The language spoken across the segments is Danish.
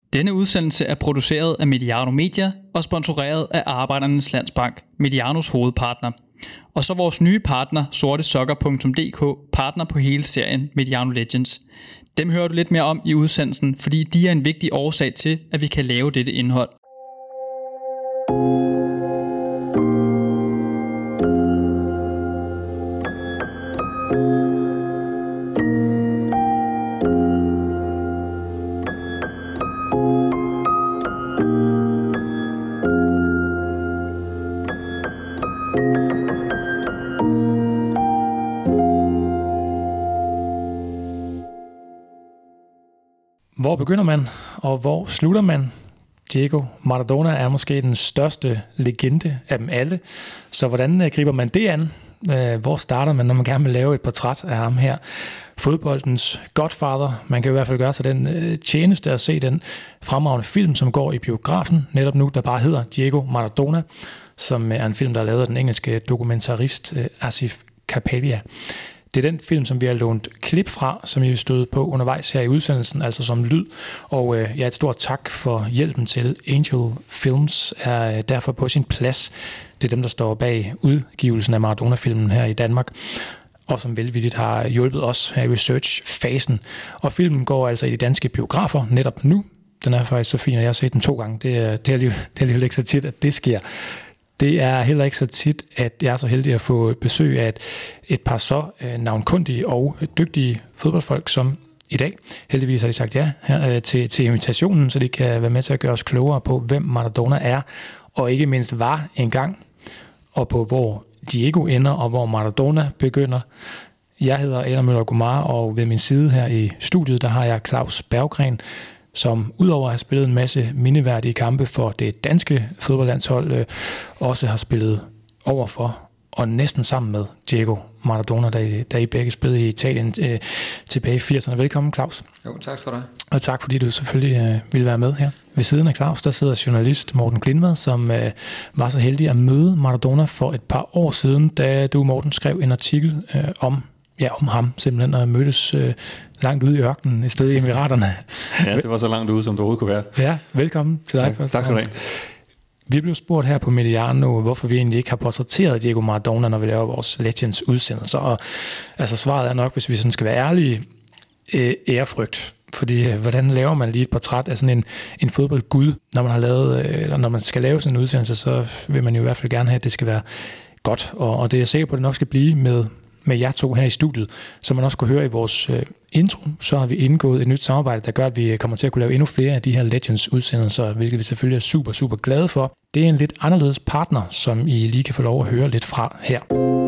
Denne udsendelse er produceret af Mediano Media og sponsoreret af Arbejdernes Landsbank, Medianos hovedpartner. Og så vores nye partner, sortesokker.dk, partner på hele serien Mediano Legends. Dem hører du lidt mere om i udsendelsen, fordi de er en vigtig årsag til, at vi kan lave dette indhold. Hvor begynder man, og hvor slutter man? Diego Maradona er måske den største legende af dem alle. Så hvordan griber man det an? Hvor starter man, når man gerne vil lave et portræt af ham her? Fodboldens godfather. Man kan i hvert fald gøre sig den tjeneste at se den fremragende film, som går i biografen netop nu, der bare hedder Diego Maradona, som er en film, der er lavet af den engelske dokumentarist Asif Kapadia. Det er den film, som vi har lånt klip fra, som I stod på undervejs her i udsendelsen, altså som lyd. Og et stort tak for hjælpen til Angel Films er derfor på sin plads. Det er dem, der står bag udgivelsen af Maradona-filmen her i Danmark, og som velvilligt har hjulpet os her i research-fasen. Og filmen går altså i de danske biografer netop nu. Den er faktisk så fin, at jeg har set den 2 gange. Det er alligevel ikke så tit, at det sker. Det er heller ikke så tit, at jeg er så heldig at få besøg af et par så navnkundige og dygtige fodboldfolk som i dag. Heldigvis har de sagt ja her til invitationen, så de kan være med til at gøre os klogere på, hvem Maradona er, og ikke mindst var engang, og på hvor Diego ender, og hvor Maradona begynder. Jeg hedder Adam Møller Gomar, og ved min side her i studiet, der har jeg Claus Berggren, som udover at have spillet en masse mindeværdige kampe for det danske fodboldlandshold, også har spillet overfor og næsten sammen med Diego Maradona, da I begge spillede i Italien tilbage i 80'erne. Velkommen, Claus. Jo, tak skal du have. Og tak, fordi du selvfølgelig ville være med her. Ved siden af Claus, der sidder journalist Morten Glindvad, som var så heldig at møde Maradona for et par år siden, da du, Morten, skrev en artikel om ham simpelthen, og mødtes langt ude i ørkenen i stedet i Emiraterne. Ja, det var så langt ude, som det overhovedet kunne være. Ja, velkommen til dig. Tak skal du have. Vi blev spurgt her på Mediano, hvorfor vi egentlig ikke har portrætteret Diego Maradona, når vi laver vores Legends udsendelser. Og altså svaret er nok, hvis vi sådan skal være ærlige, ærefrygt. Fordi hvordan laver man lige et portræt af sådan en fodboldgud, når man har lavet, eller når man skal lave sådan en udsendelse, så vil man jo i hvert fald gerne have, at det skal være godt. Og det er jeg sikker på, at det nok skal blive med jer to her i studiet. Som man også kunne høre i vores intro, så har vi indgået et nyt samarbejde, der gør, at vi kommer til at kunne lave endnu flere af de her Legends-udsendelser, hvilket vi selvfølgelig er super, super glade for. Det er en lidt anderledes partner, som I lige kan få lov at høre lidt fra her.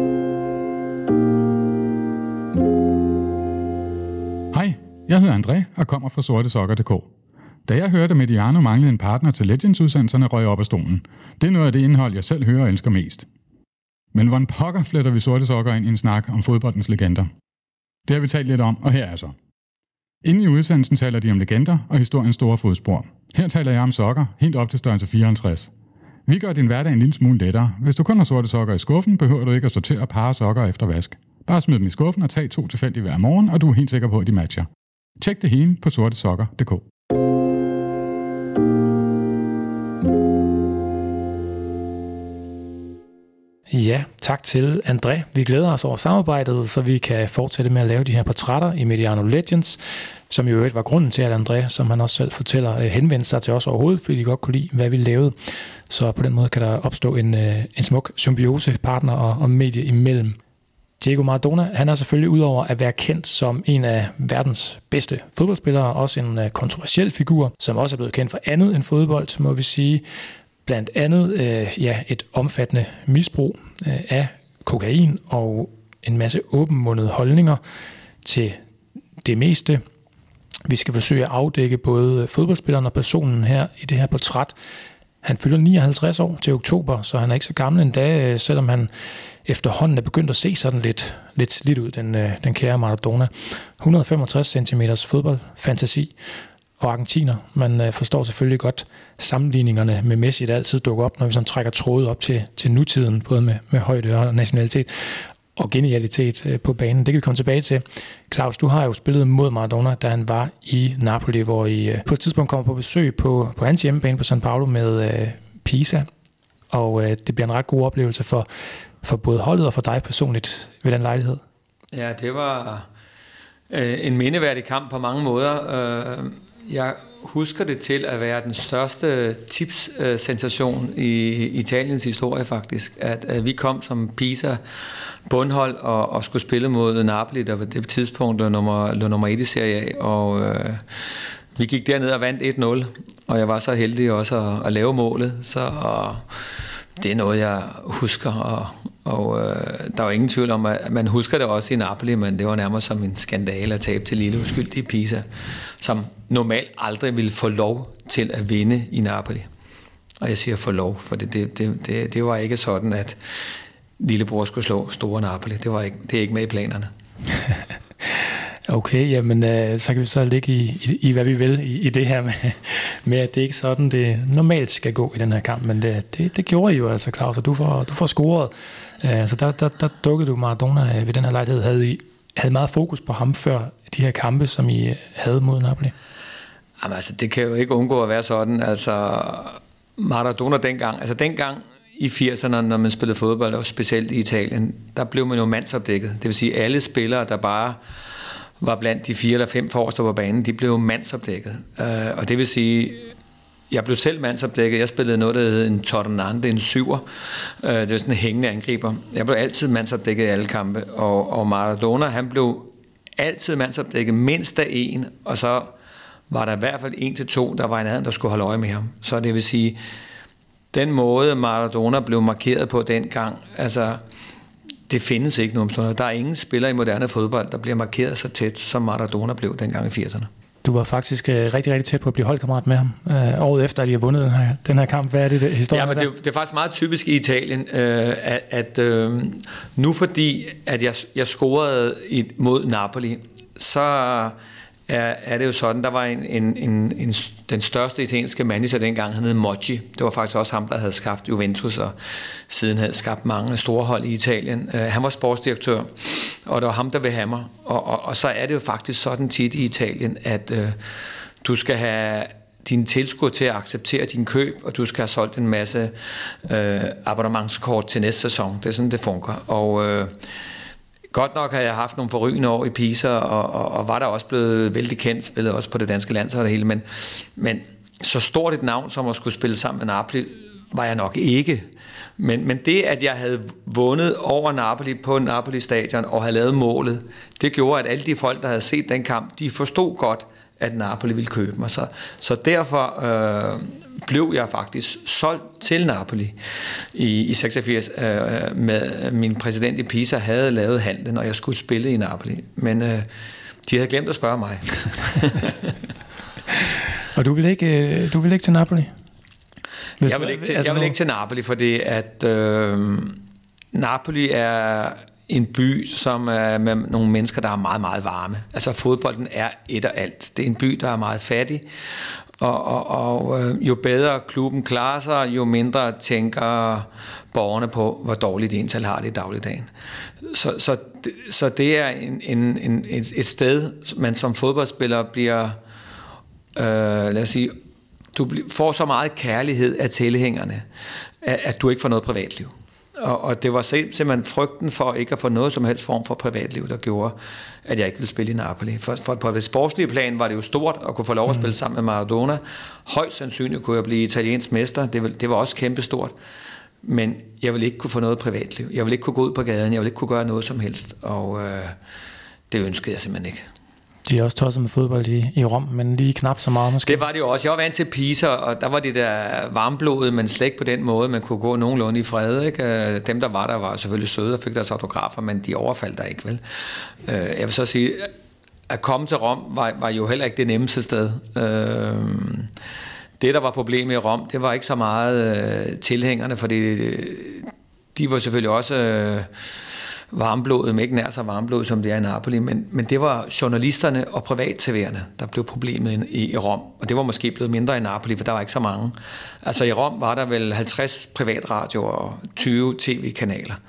Hej, jeg hedder André og kommer fra sortesokker.dk. Da jeg hørte, at Mediano manglede en partner til Legends-udsendelserne, røg jeg op af stolen. Det er noget af det indhold, jeg selv hører og elsker mest. Men hvordan pokker fletter vi sorte sokker ind i en snak om fodboldens legender? Det har vi talt lidt om, og her er så. Inde i udsendelsen taler de om legender og historiens store fodspor. Her taler jeg om sokker, helt op til størrelse 54. Vi gør din hverdag en lille smule lettere. Hvis du kun har sorte sokker i skuffen, behøver du ikke at sortere parre sokker efter vask. Bare smid dem i skuffen og tag 2 tilfældige hver morgen, og du er helt sikker på, at de matcher. Tjek det hele på sortesokker.dk. Ja, tak til André. Vi glæder os over samarbejdet, så vi kan fortsætte med at lave de her portrætter i Mediano Legends, som jo var grunden til, at André, som han også selv fortæller, henvendte sig til os overhovedet, fordi de godt kunne lide, hvad vi lavede. Så på den måde kan der opstå en smuk symbiose partner og medie imellem. Diego Maradona, han er selvfølgelig udover at være kendt som en af verdens bedste fodboldspillere, også en kontroversiel figur, som også er blevet kendt for andet end fodbold, må vi sige. Blandt andet et omfattende misbrug af kokain og en masse åbenmundede holdninger til det meste. Vi skal forsøge at afdække både fodboldspilleren og personen her i det her portræt. Han fylder 59 år til oktober, så han er ikke så gammel endda, selvom han efterhånden er begyndt at se sådan lidt slidt ud, den kære Maradona. 165 cm fodboldfantasi og argentiner. Man forstår selvfølgelig godt sammenligningerne med Messi, der altid dukker op, når vi sådan trækker trådet op til nutiden, både med højde og nationalitet. og genialitet på banen. Det kan vi komme tilbage til. Claus, du har jo spillet mod Maradona, da han var i Napoli, hvor I på et tidspunkt kommer på besøg på hans hjemmebane på San Paolo med Pisa, og det bliver en ret god oplevelse for både holdet og for dig personligt ved den lejlighed. Ja, det var en mindeværdig kamp på mange måder. Jeg husker det til at være den største tips-sensation i Italiens historie faktisk, at vi kom som Pisa bundhold og skulle spille mod Napoli, der på det tidspunkt lå nummer 1 i Serie A, og vi gik derned og vandt 1-0, og jeg var så heldig også at lave målet, så det er noget, jeg husker, og der var ingen tvivl om, at man husker det også i Napoli, men det var nærmest som en skandale at tabe til lille uskyldige Pisa, som normalt aldrig ville få lov til at vinde i Napoli. Og jeg siger få lov, for det var ikke sådan, at lillebror skulle slå store Napoli. Det er ikke med i planerne. Okay, jamen så kan vi så ligge i hvad vi vil i det her med, at det ikke sådan, det normalt skal gå i den her kamp, men det gjorde I jo altså, Claus, og du får scoret. Så der dukkede du Maradona ved den her lejlighed. Havde meget fokus på ham før de her kampe, som I havde mod Napoli? Jamen altså, det kan jo ikke undgå at være sådan. Altså, Maradona dengang i 80'erne, når man spillede fodbold, og specielt i Italien, der blev man jo mandsopdækket. Det vil sige, alle spillere, der bare var blandt de 4 eller 5 forreste på banen, de blev mandsopdækket. Og det vil sige, jeg blev selv mandsopdækket. Jeg spillede noget, der hed en tornante, en 7'er. Det var sådan en hængende angriber. Jeg blev altid mandsopdækket i alle kampe. Og Maradona, han blev altid mandsopdækket mindst af en, og så var der i hvert fald 1 til 2, der var en anden, der skulle holde øje med ham. Så det vil sige, den måde Maradona blev markeret på dengang, altså det findes ikke nogen steder. Der er ingen spiller i moderne fodbold, der bliver markeret så tæt, som Maradona blev dengang i 80'erne. Du var faktisk rigtig, rigtig tæt på at blive holdkammerat med ham, året efter, at I har vundet den her kamp. Hvad er det historien? Ja, men det er faktisk meget typisk i Italien, at nu fordi, at jeg scorede mod Napoli, så er det jo sådan, der var den største italienske manager dengang, han hed Moggi. Det var faktisk også ham, der havde skabt Juventus, og siden havde skabt mange store hold i Italien. Han var sportsdirektør, og det var ham, der ville have mig. Og så er det jo faktisk sådan tit i Italien, at du skal have dine tilskuere til at acceptere din køb, og du skal have solgt en masse abonnementskort til næste sæson. Det er sådan, det fungerer. Og godt nok har jeg haft nogle forrygende år i Pisa, og var der også blevet vældig kendt, spillet også på det danske landshold og det hele, men så stort et navn som at skulle spille sammen med Napoli, var jeg nok ikke. Men det, at jeg havde vundet over Napoli på Napoli-stadion og havde lavet målet, det gjorde, at alle de folk, der havde set den kamp, de forstod godt, at Napoli ville købe mig. Så derfor blev jeg faktisk solgt til Napoli i 86. Med min præsident i Pisa havde lavet handlen, og jeg skulle spille i Napoli. Men de havde glemt at spørge mig. Og du vil ikke til Napoli? Jeg vil ikke til Napoli, fordi at Napoli er en by, som er med nogle mennesker, der er meget, meget varme. Altså fodbolden er et og alt. Det er en by, der er meget fattig, og jo bedre klubben klarer sig, jo mindre tænker borgerne på, hvor dårligt de indtal har det i dagligdagen. Så det er et sted, man som fodboldspiller bliver, lad os sige, du får så meget kærlighed af tilhængerne, at du ikke får noget privatliv. Og det var simpelthen frygten for ikke at få noget som helst form for privatliv, der gjorde, at jeg ikke ville spille i Napoli. For på det sportslige plan var det jo stort at kunne få lov at spille sammen med Maradona. Højst sandsynligt kunne jeg blive italiensk mester. Det var også kæmpestort. Men jeg ville ikke kunne få noget privatliv. Jeg ville ikke kunne gå ud på gaden. Jeg ville ikke kunne gøre noget som helst. Og det ønskede jeg simpelthen ikke. De er også tosset med fodbold i Rom, men lige knap så meget måske. Det var det jo også. Jeg var vant til Pisa, og der var det der varmblodet, men slet ikke på den måde, man kunne gå nogenlunde i fred. Ikke? Dem, der var selvfølgelig søde og fik deres autografer, men de overfaldt der ikke, vel? Jeg vil så sige, at komme til Rom var jo heller ikke det nemmeste sted. Det, der var problemet i Rom, det var ikke så meget tilhængerne, fordi de var selvfølgelig også varmblodet, men ikke nær så varmblodet, som det er i Napoli, men det var journalisterne og privat-TV'erne, der blev problemet i Rom, og det var måske blevet mindre i Napoli, for der var ikke så mange. Altså i Rom var der vel 50 privatradioer og 20 tv-kanaler.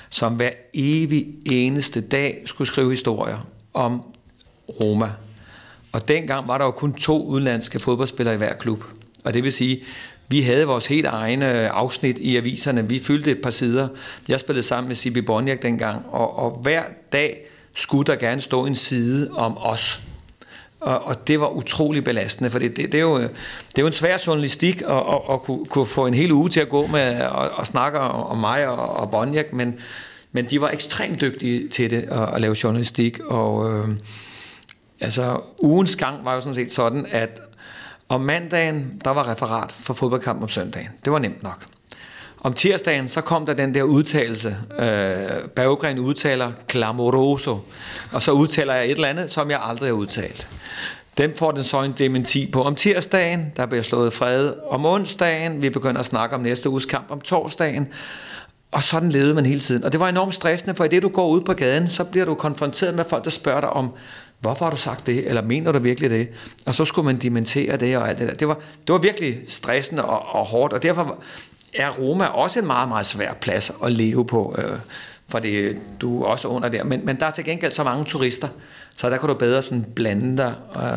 som hver evig eneste dag skulle skrive historier om Roma. Og dengang var der jo kun 2 udenlandske fodboldspillere i hver klub. Og det vil sige, vi havde vores helt egne afsnit i aviserne. Vi fyldte et par sider. Jeg spillede sammen med Sibi Bonjak dengang, og hver dag skulle der gerne stå en side om os. Og det var utrolig belastende, for det er jo en svær journalistik at kunne få en hel uge til at gå med at snakke om mig og Bonjak, men de var ekstremt dygtige til det at lave journalistik, og altså ugens gang var jo sådan set sådan, at om mandagen, der var referat for fodboldkampen om søndagen. Det var nemt nok. Om tirsdagen, så kom der den der udtalelse. Berggren udtaler clamoroso, og så udtaler jeg et eller andet, som jeg aldrig har udtalt. Den får den så en dementi på om tirsdagen, der bliver slået fred om onsdagen, vi begynder at snakke om næste uges kamp om torsdagen, og sådan levede man hele tiden. Og det var enormt stressende, for i det du går ud på gaden, så bliver du konfronteret med folk, der spørger dig om, hvorfor har du sagt det, eller mener du virkelig det? Og så skulle man dementere det og alt det der. Det var virkelig stressende og hårdt, og derfor er Roma også en meget, meget svær plads at leve på, for du er også under der. Men der er til gengæld så mange turister, så der kan du bedre sådan blande dig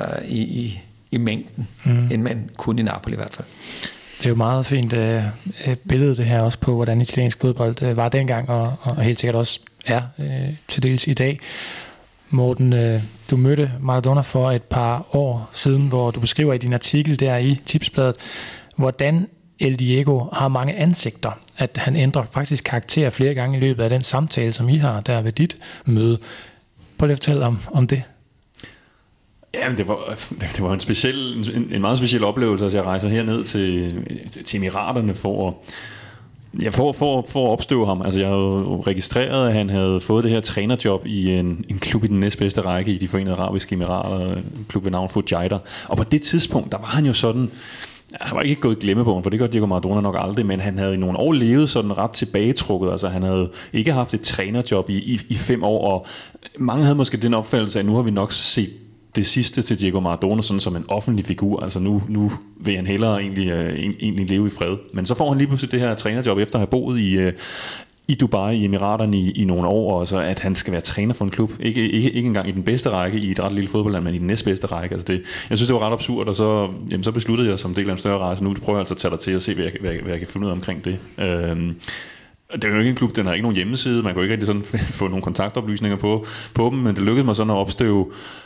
i mængden, end man kunne i Napoli i hvert fald. Det er jo meget fint billede det her også på, hvordan italiensk fodbold var dengang, og helt sikkert også er til dels i dag. Morten, du mødte Maradona for et par år siden, hvor du beskriver i din artikel der i Tipsbladet, hvordan El Diego har mange ansigter, at han ændrer faktisk karakter flere gange i løbet af den samtale, som I har der ved dit møde. Prøv lige at fortælle om det. Ja, men det var en meget speciel oplevelse, at jeg rejser herned til Emiraterne for at opstøve ham. Altså, jeg havde jo registreret, at han havde fået det her trænerjob i en klub i den næstbedste række i de Forenede Arabiske Emirater, en klub ved navn Fujairah. Og på det tidspunkt, der var han jo sådan, han var ikke gået i glemmebogen, for det gør Diego Maradona nok aldrig, men han havde i nogle år levet sådan ret tilbagetrukket. Altså, han havde ikke haft et trænerjob i 5 år, og mange havde måske den opfattelse, at nu har vi nok set det sidste til Diego Maradona sådan som en offentlig figur. Altså nu vil han hellere egentlig leve i fred. Men så får han lige pludselig det her trænerjob efter at have boet i Dubai, i Emiraterne i nogle år, og så at han skal være træner for en klub. Ikke engang i den bedste række i et ret lille fodboldland, men i den næstbedste række. Altså jeg synes, det var ret absurd, og så besluttede jeg som del af en større rejse, nu prøver jeg altså at tage dig til og se, hvad jeg kan finde ud af omkring det. Det er jo ikke en klub, den har ikke nogen hjemmeside, man kan jo ikke rigtig sådan få nogle kontaktoplysninger på dem, men det lykkedes mig sådan at opstøve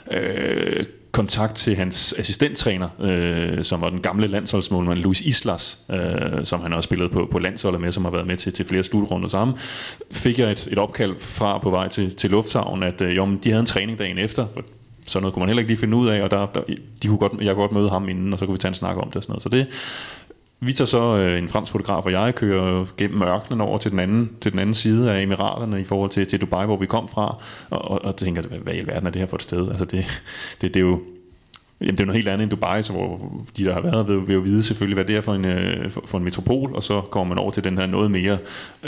kontakt til hans assistenttræner, som var den gamle landsholdsmålmand Luis Islas, som han også spillede på landsholdet med, som har været med til flere slutrunder sammen. Fik jeg et opkald fra på vej til lufthavnen, at de havde en træning dagen efter, for sådan noget kunne man heller ikke lige finde ud af, og jeg kunne godt møde ham inden, og så kunne vi tage en snak om det og sådan noget. Så det vi tager så en fransk fotograf og jeg kører gennem ørkenen over til den anden side af Emiraterne i forhold til Dubai, hvor vi kom fra, og tænker, hvad i alverden er det her for et sted? Altså det er jo det er noget helt andet end Dubai, så hvor de der har været vil jo vide selvfølgelig, hvad det er for en metropol, og så kommer man over til den her noget mere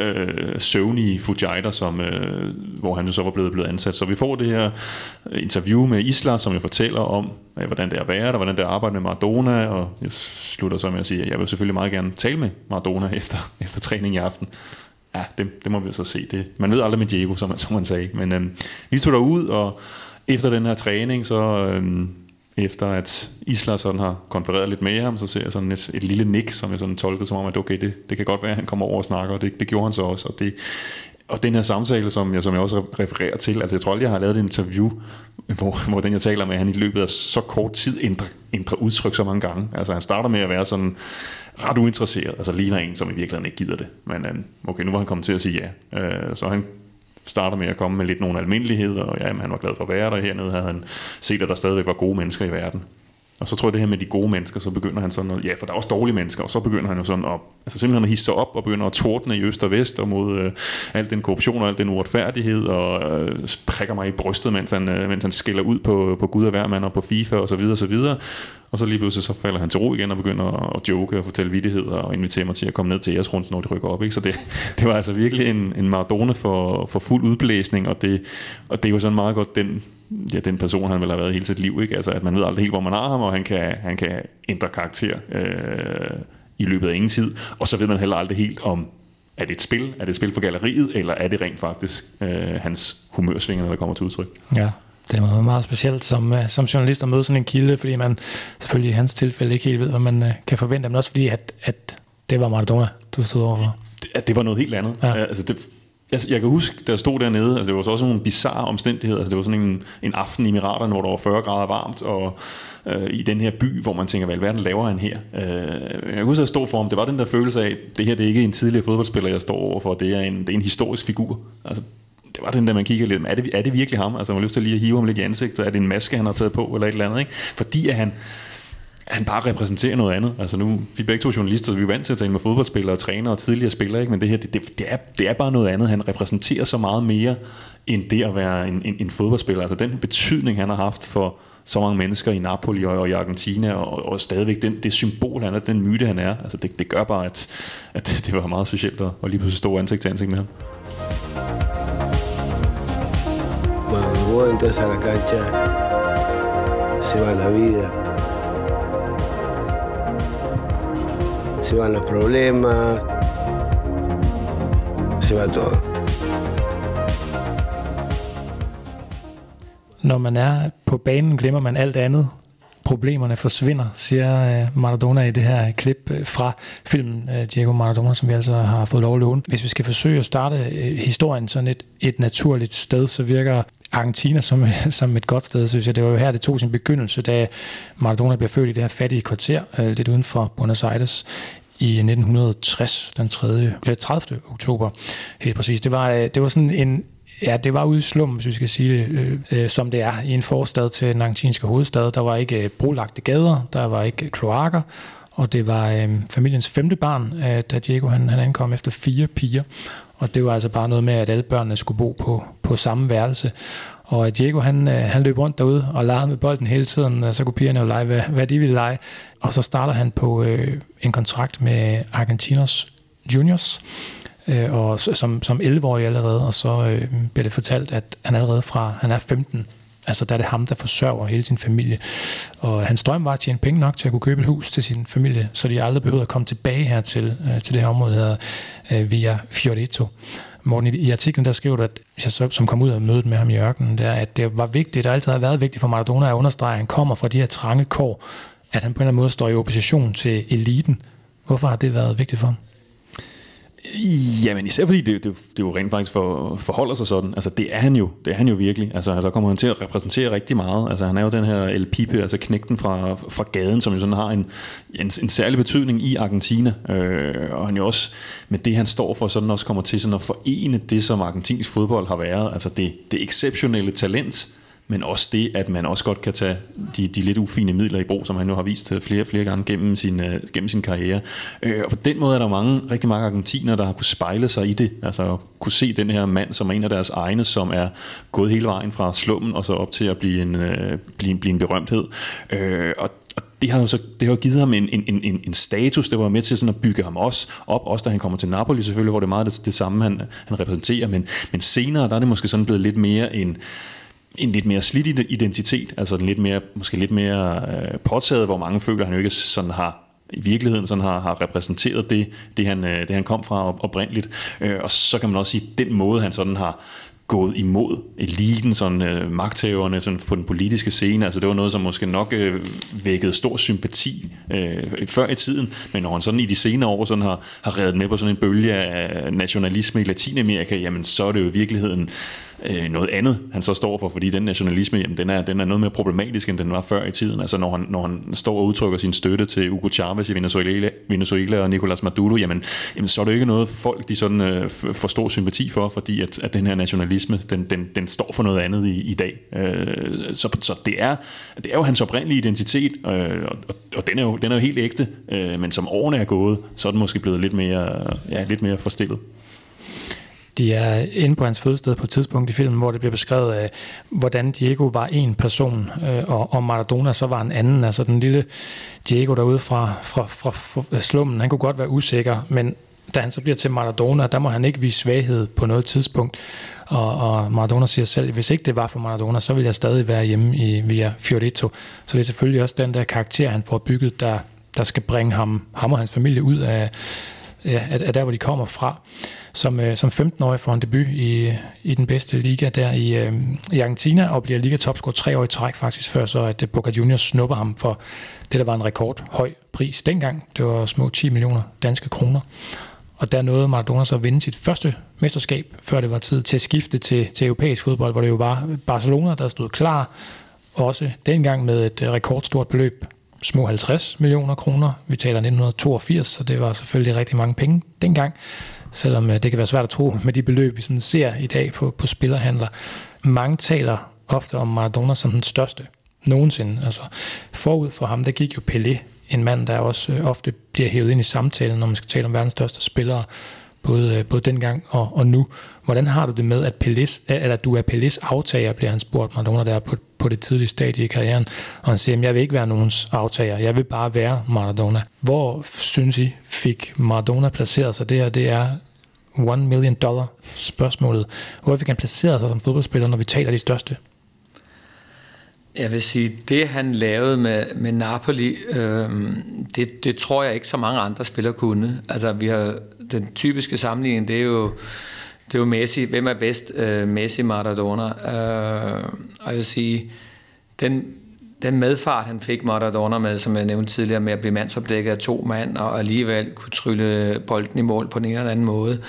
søvnige Fujairah, hvor han jo så var blevet ansat. Så vi får det her interview med Isla, som jo fortæller om, hvordan det er at være der, hvordan det er at arbejde med Maradona, og jeg slutter så med at sige, at jeg vil selvfølgelig meget gerne tale med Maradona efter træning i aften. Ja, det må vi så se. Man ved aldrig med Diego, som man sagde. Men vi tog derud, og efter den her træning, så efter at Isla sådan har konfereret lidt med ham, så ser jeg sådan et lille nik, som jeg sådan tolkede som om, at okay, det kan godt være, at han kommer over og snakker, og det gjorde han så også. Og den her samtale, som jeg også refererer til, altså jeg tror aldrig, jeg har lavet et interview, hvor den jeg taler med, han i løbet af så kort tid ændrer udtryk så mange gange. Altså han starter med at være sådan ret uinteresseret, altså ligner en, som i virkeligheden ikke gider det. Men okay, nu var han kommet til at sige ja. Så han starter med at komme med lidt nogle almindeligheder, og ja, han var glad for at være der. Hernede havde han set, at der stadigvæk var gode mennesker i verden. Og så tror jeg det her med de gode mennesker, så begynder han sådan, ja, for der er også dårlige mennesker, og så begynder han jo sådan at, altså simpelthen at hisse sig op og begynder at tordne i øst og vest og mod al den korruption og al den uretfærdighed, og prikker mig i brystet, mens han skælder ud på Gud og hvermand og på FIFA og så videre og så videre. Og så lige pludselig så falder han til ro igen og begynder at joke og fortælle vittigheder og invitere mig til at komme ned til æresrunden, når de rykker op. Ikke? Så det var altså virkelig en Maradona for fuld udblæsning, og det er jo sådan meget godt den person, han vil have været hele sit liv. Ikke? Altså, at man ved aldrig helt, hvor man har ham, og han kan ændre karakter i løbet af ingen tid. Og så ved man heller aldrig helt, om Er det et spil? Er det et spil for galleriet? Eller er det rent faktisk hans humørsvinger, der kommer til udtryk? Ja, det er noget meget specielt som journalist at møde sådan en kilde, fordi man selvfølgelig i hans tilfælde ikke helt ved, hvad man kan forvente, men også fordi, at det var Maradona, du stod overfor. Det var noget helt andet. Ja. Altså jeg kan huske, da jeg stod dernede, altså det var så også nogle bizarre omstændigheder. Altså det var sådan en aften i Emiraterne, hvor der var 40 grader varmt, og i den her by, hvor man tænker, hvad verden laver han her? Jeg kan huske, at jeg stod for ham. Det var den der følelse af, det her det er ikke en tidligere fodboldspiller, jeg står overfor. Det er en historisk figur. Altså, det var den der, man kigger lidt, er det virkelig ham? Altså man har lyst til lige at hive ham lidt i ansigtet. Er det en maske, han har taget på, eller et eller andet? Ikke? Fordi at han bare repræsenterer noget andet. Altså nu, vi er begge to journalister, så vi er vant til at tale med fodboldspillere og trænere og tidligere spillere, ikke? Men det her, det er bare noget andet. Han repræsenterer så meget mere, end det at være en fodboldspiller. Altså den betydning, han har haft for så mange mennesker i Napoli og i Argentina, og stadigvæk det symbol, han er, den myte, han er. Altså det gør bare, at det var meget specielt at lige pludselig stå ansigt til ansigt med ham. Cuando vos entras a la cancha, se va la vida. Se van los problemas, se va todo. Når man er på banen, glemmer man alt andet. Problemerne forsvinder, siger Maradona i det her klip fra filmen Diego Maradona, som vi altså har fået lov at låne. Hvis vi skal forsøge at starte historien sådan et naturligt sted, så virker Argentina som et godt sted, synes jeg. Det var jo her, det tog sin begyndelse, da Maradona blev født i det her fattige kvarter, lidt uden for Buenos Aires, i 1960, den 30. oktober, helt præcis. Det var sådan en... Ja, det var ude i slum, hvis vi skal sige det, som det er i en forstad til den argentinske hovedstad. Der var ikke brolagte gader, der var ikke kloakker, og det var familiens 5. barn, da Diego han ankom efter 4 piger. Og det var altså bare noget med, at alle børnene skulle bo på samme værelse. Og Diego han løb rundt derude og legede med bolden hele tiden, og så kunne pigerne jo lege, hvad de ville lege. Og så starter han på en kontrakt med Argentinos Juniors, og som 11-årig allerede, og så bliver det fortalt, at han allerede fra han er 15, altså der er det ham, der forsørger hele sin familie. Og hans drøm var at tjene penge nok til at kunne købe et hus til sin familie, så de aldrig behøvede at komme tilbage her til det her område, der hedder Villa Fiorito. Morten, i artiklen der skriver du, at jeg som kom ud af mødet med ham i ørkenen, der, at det var vigtigt, der altid har været vigtigt for Maradona at understrege, at han kommer fra de her trange kår, at han på en eller anden måde står i opposition til eliten. Hvorfor har det været vigtigt for ham? Jamen især fordi det jo rent faktisk forholder sig sådan. Altså det er han jo virkelig. Altså der kommer han til at repræsentere rigtig meget. Altså han er jo den her El Pipe, altså knægten fra gaden, som jo sådan har en særlig betydning i Argentina. Og han jo også med det han står for sådan også kommer til sådan at forene det som argentinsk fodbold har været. Altså det exceptionelle talent, men også det, at man også godt kan tage de lidt ufine midler i brug, som han nu har vist flere gange gennem sin karriere. Og på den måde er der rigtig mange argentinere, der har kunne spejle sig i det, altså kunne se den her mand som en af deres egne, som er gået hele vejen fra slummen og så op til at blive en berømthed. Og det har jo givet ham en status, det var med til sådan at bygge ham også da han kommer til Napoli selvfølgelig, hvor det er meget det samme, han repræsenterer, men senere der er det måske sådan blevet lidt mere en lidt mere slidt identitet, altså måske lidt mere påtaget, hvor mange føler, han jo ikke sådan i virkeligheden sådan har repræsenteret det han kom fra oprindeligt. Og så kan man også sige, den måde, han sådan har gået imod eliten, sådan magthaverne sådan på den politiske scene, altså det var noget, som måske nok vækkede stor sympati før i tiden, men når han sådan i de senere år sådan har reddet med på sådan en bølge af nationalisme i Latinamerika, jamen så er det jo i virkeligheden noget andet, han så står for, fordi den nationalisme, jamen, den er noget mere problematisk, end den var før i tiden. Altså når han står og udtrykker sin støtte til Hugo Chavez i Venezuela og Nicolás Maduro, jamen så er det jo ikke noget folk, de sådan får stor sympati for, fordi at den her nationalisme, den står for noget andet i dag. Så det er jo hans oprindelige identitet, og den er jo helt ægte, men som årene er gået, så er den måske blevet lidt mere forstillet. De er inde på hans fødested på et tidspunkt i filmen, hvor det bliver beskrevet, hvordan Diego var en person, og Maradona så var en anden. Altså den lille Diego derude fra slummen, han kunne godt være usikker, men da han så bliver til Maradona, der må han ikke vise svaghed på noget tidspunkt. Og Maradona siger selv, hvis ikke det var for Maradona, så ville jeg stadig være hjemme i Villa Fiorito. Så det er selvfølgelig også den der karakter, han får bygget, der skal bringe ham og hans familie ud af der, hvor de kommer fra. Som 15-årig får han debut i den bedste liga der i Argentina, og bliver liga-topscorer 3 år i træk faktisk, før så at Boca Juniors snupper ham for det, der var en rekordhøj pris dengang. Det var små 10 millioner danske kroner. Og der nåede Maradona så at vinde sit første mesterskab, før det var tid til at skifte til europæisk fodbold, hvor det jo var Barcelona, der stod klar, også dengang med et rekordstort beløb, små 50 millioner kroner. Vi taler 1982, så det var selvfølgelig rigtig mange penge dengang, selvom det kan være svært at tro med de beløb, vi sådan ser i dag på spillerhandler. Mange taler ofte om Maradona som den største nogensinde. Altså forud for ham, der gik jo Pelé, en mand, der også ofte bliver hævet ind i samtalen, når man skal tale om verdens største spillere, både dengang og nu. Hvordan har du det med, at du er Pelés aftager, bliver han spurgt Maradona der på det tidlige stadie i karrieren, og han siger, jeg vil ikke være nogens aftager, jeg vil bare være Maradona. Hvor synes I fik Maradona placeret sig? Det er $1 million spørgsmålet. Hvor fik han placeret sig som fodboldspiller, når vi taler de største? Jeg vil sige, det han lavede med Napoli, det tror jeg ikke så mange andre spillere kunne. Altså vi har den typiske sammenligning, det er jo Messi. Hvem er bedst? Messi, Maradona. Og jeg vil sige, den medfart han fik Maradona med, som jeg nævnte tidligere, med at blive mandsopdækket af 2 mand og alligevel kunne trylle bolden i mål på den ene eller anden måde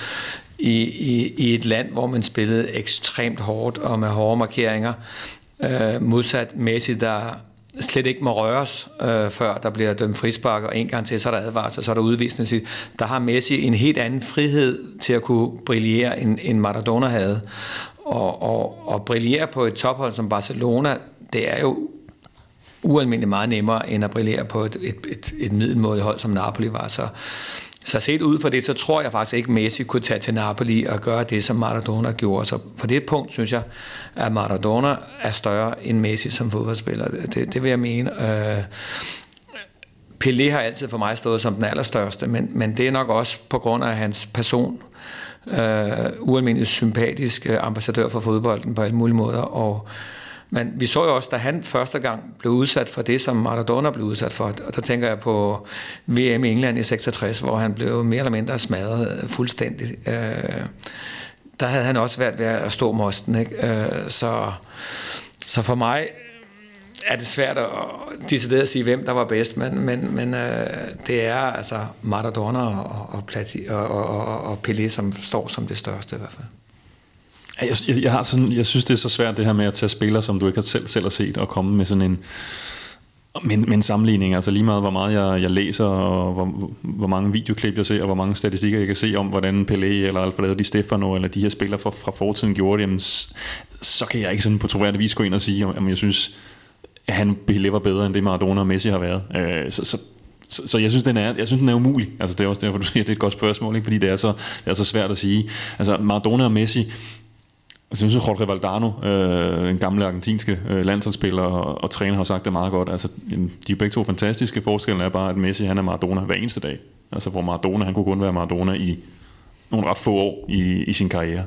i et land, hvor man spillede ekstremt hårdt og med hårde markeringer. Modsat Messi, der slet ikke må røres, før der bliver dømt frispark, og en gang til, så er der advarsel, så er der udvisning. Der har Messi en helt anden frihed til at kunne brillere, end Maradona havde. Og brillere på et tophold som Barcelona, det er jo ualmindeligt meget nemmere, end at brillere på et middelmådigt hold, som Napoli var. Så set ud for det, så tror jeg faktisk ikke, Messi kunne tage til Napoli og gøre det, som Maradona gjorde. Så på det punkt synes jeg, at Maradona er større end Messi som fodboldspiller. Det vil jeg mene. Pelé har altid for mig stået som den allerstørste, men det er nok også på grund af hans person. Ualmindeligt sympatisk ambassadør for fodbolden på alle mulige måder. Men vi så jo også, da han første gang blev udsat for det, som Maradona blev udsat for, og der tænker jeg på VM i England i 66, hvor han blev mere eller mindre smadret fuldstændig. Der havde han også været ved at stå mosten, ikke? Så for mig er det svært at decideret at sige, hvem der var bedst, men det er altså Maradona og Pelé, som står som det største i hvert fald. Jeg synes, det er så svært det her med at tage spillere, som du ikke selv har set, og komme med sådan en sammenligning. Altså lige meget, hvor meget jeg læser, og hvor mange videoklip jeg ser, og hvor mange statistikker jeg kan se om, hvordan Pelé eller Alfredo Di Stefano eller de her spillere fra fortiden gjorde det, jamen, så kan jeg ikke sådan på troværdig vis gå ind og sige, om jeg synes, at Pelé var bedre end det Maradona og Messi har været. Så jeg synes, den er umulig. Altså det er også derfor, du siger, det er et godt spørgsmål, ikke? Fordi det er så svært at sige. Altså Maradona og Messi. Altså, jeg synes, Jorge Valdano, en gammel argentinske landsholdsspiller og træner, har sagt det meget godt. Altså, de er jo begge to fantastiske. Forskellen er bare, at Messi han er Maradona hver eneste dag. Altså, hvor Maradona, han kunne kun være Maradona i nogle ret få år i sin karriere.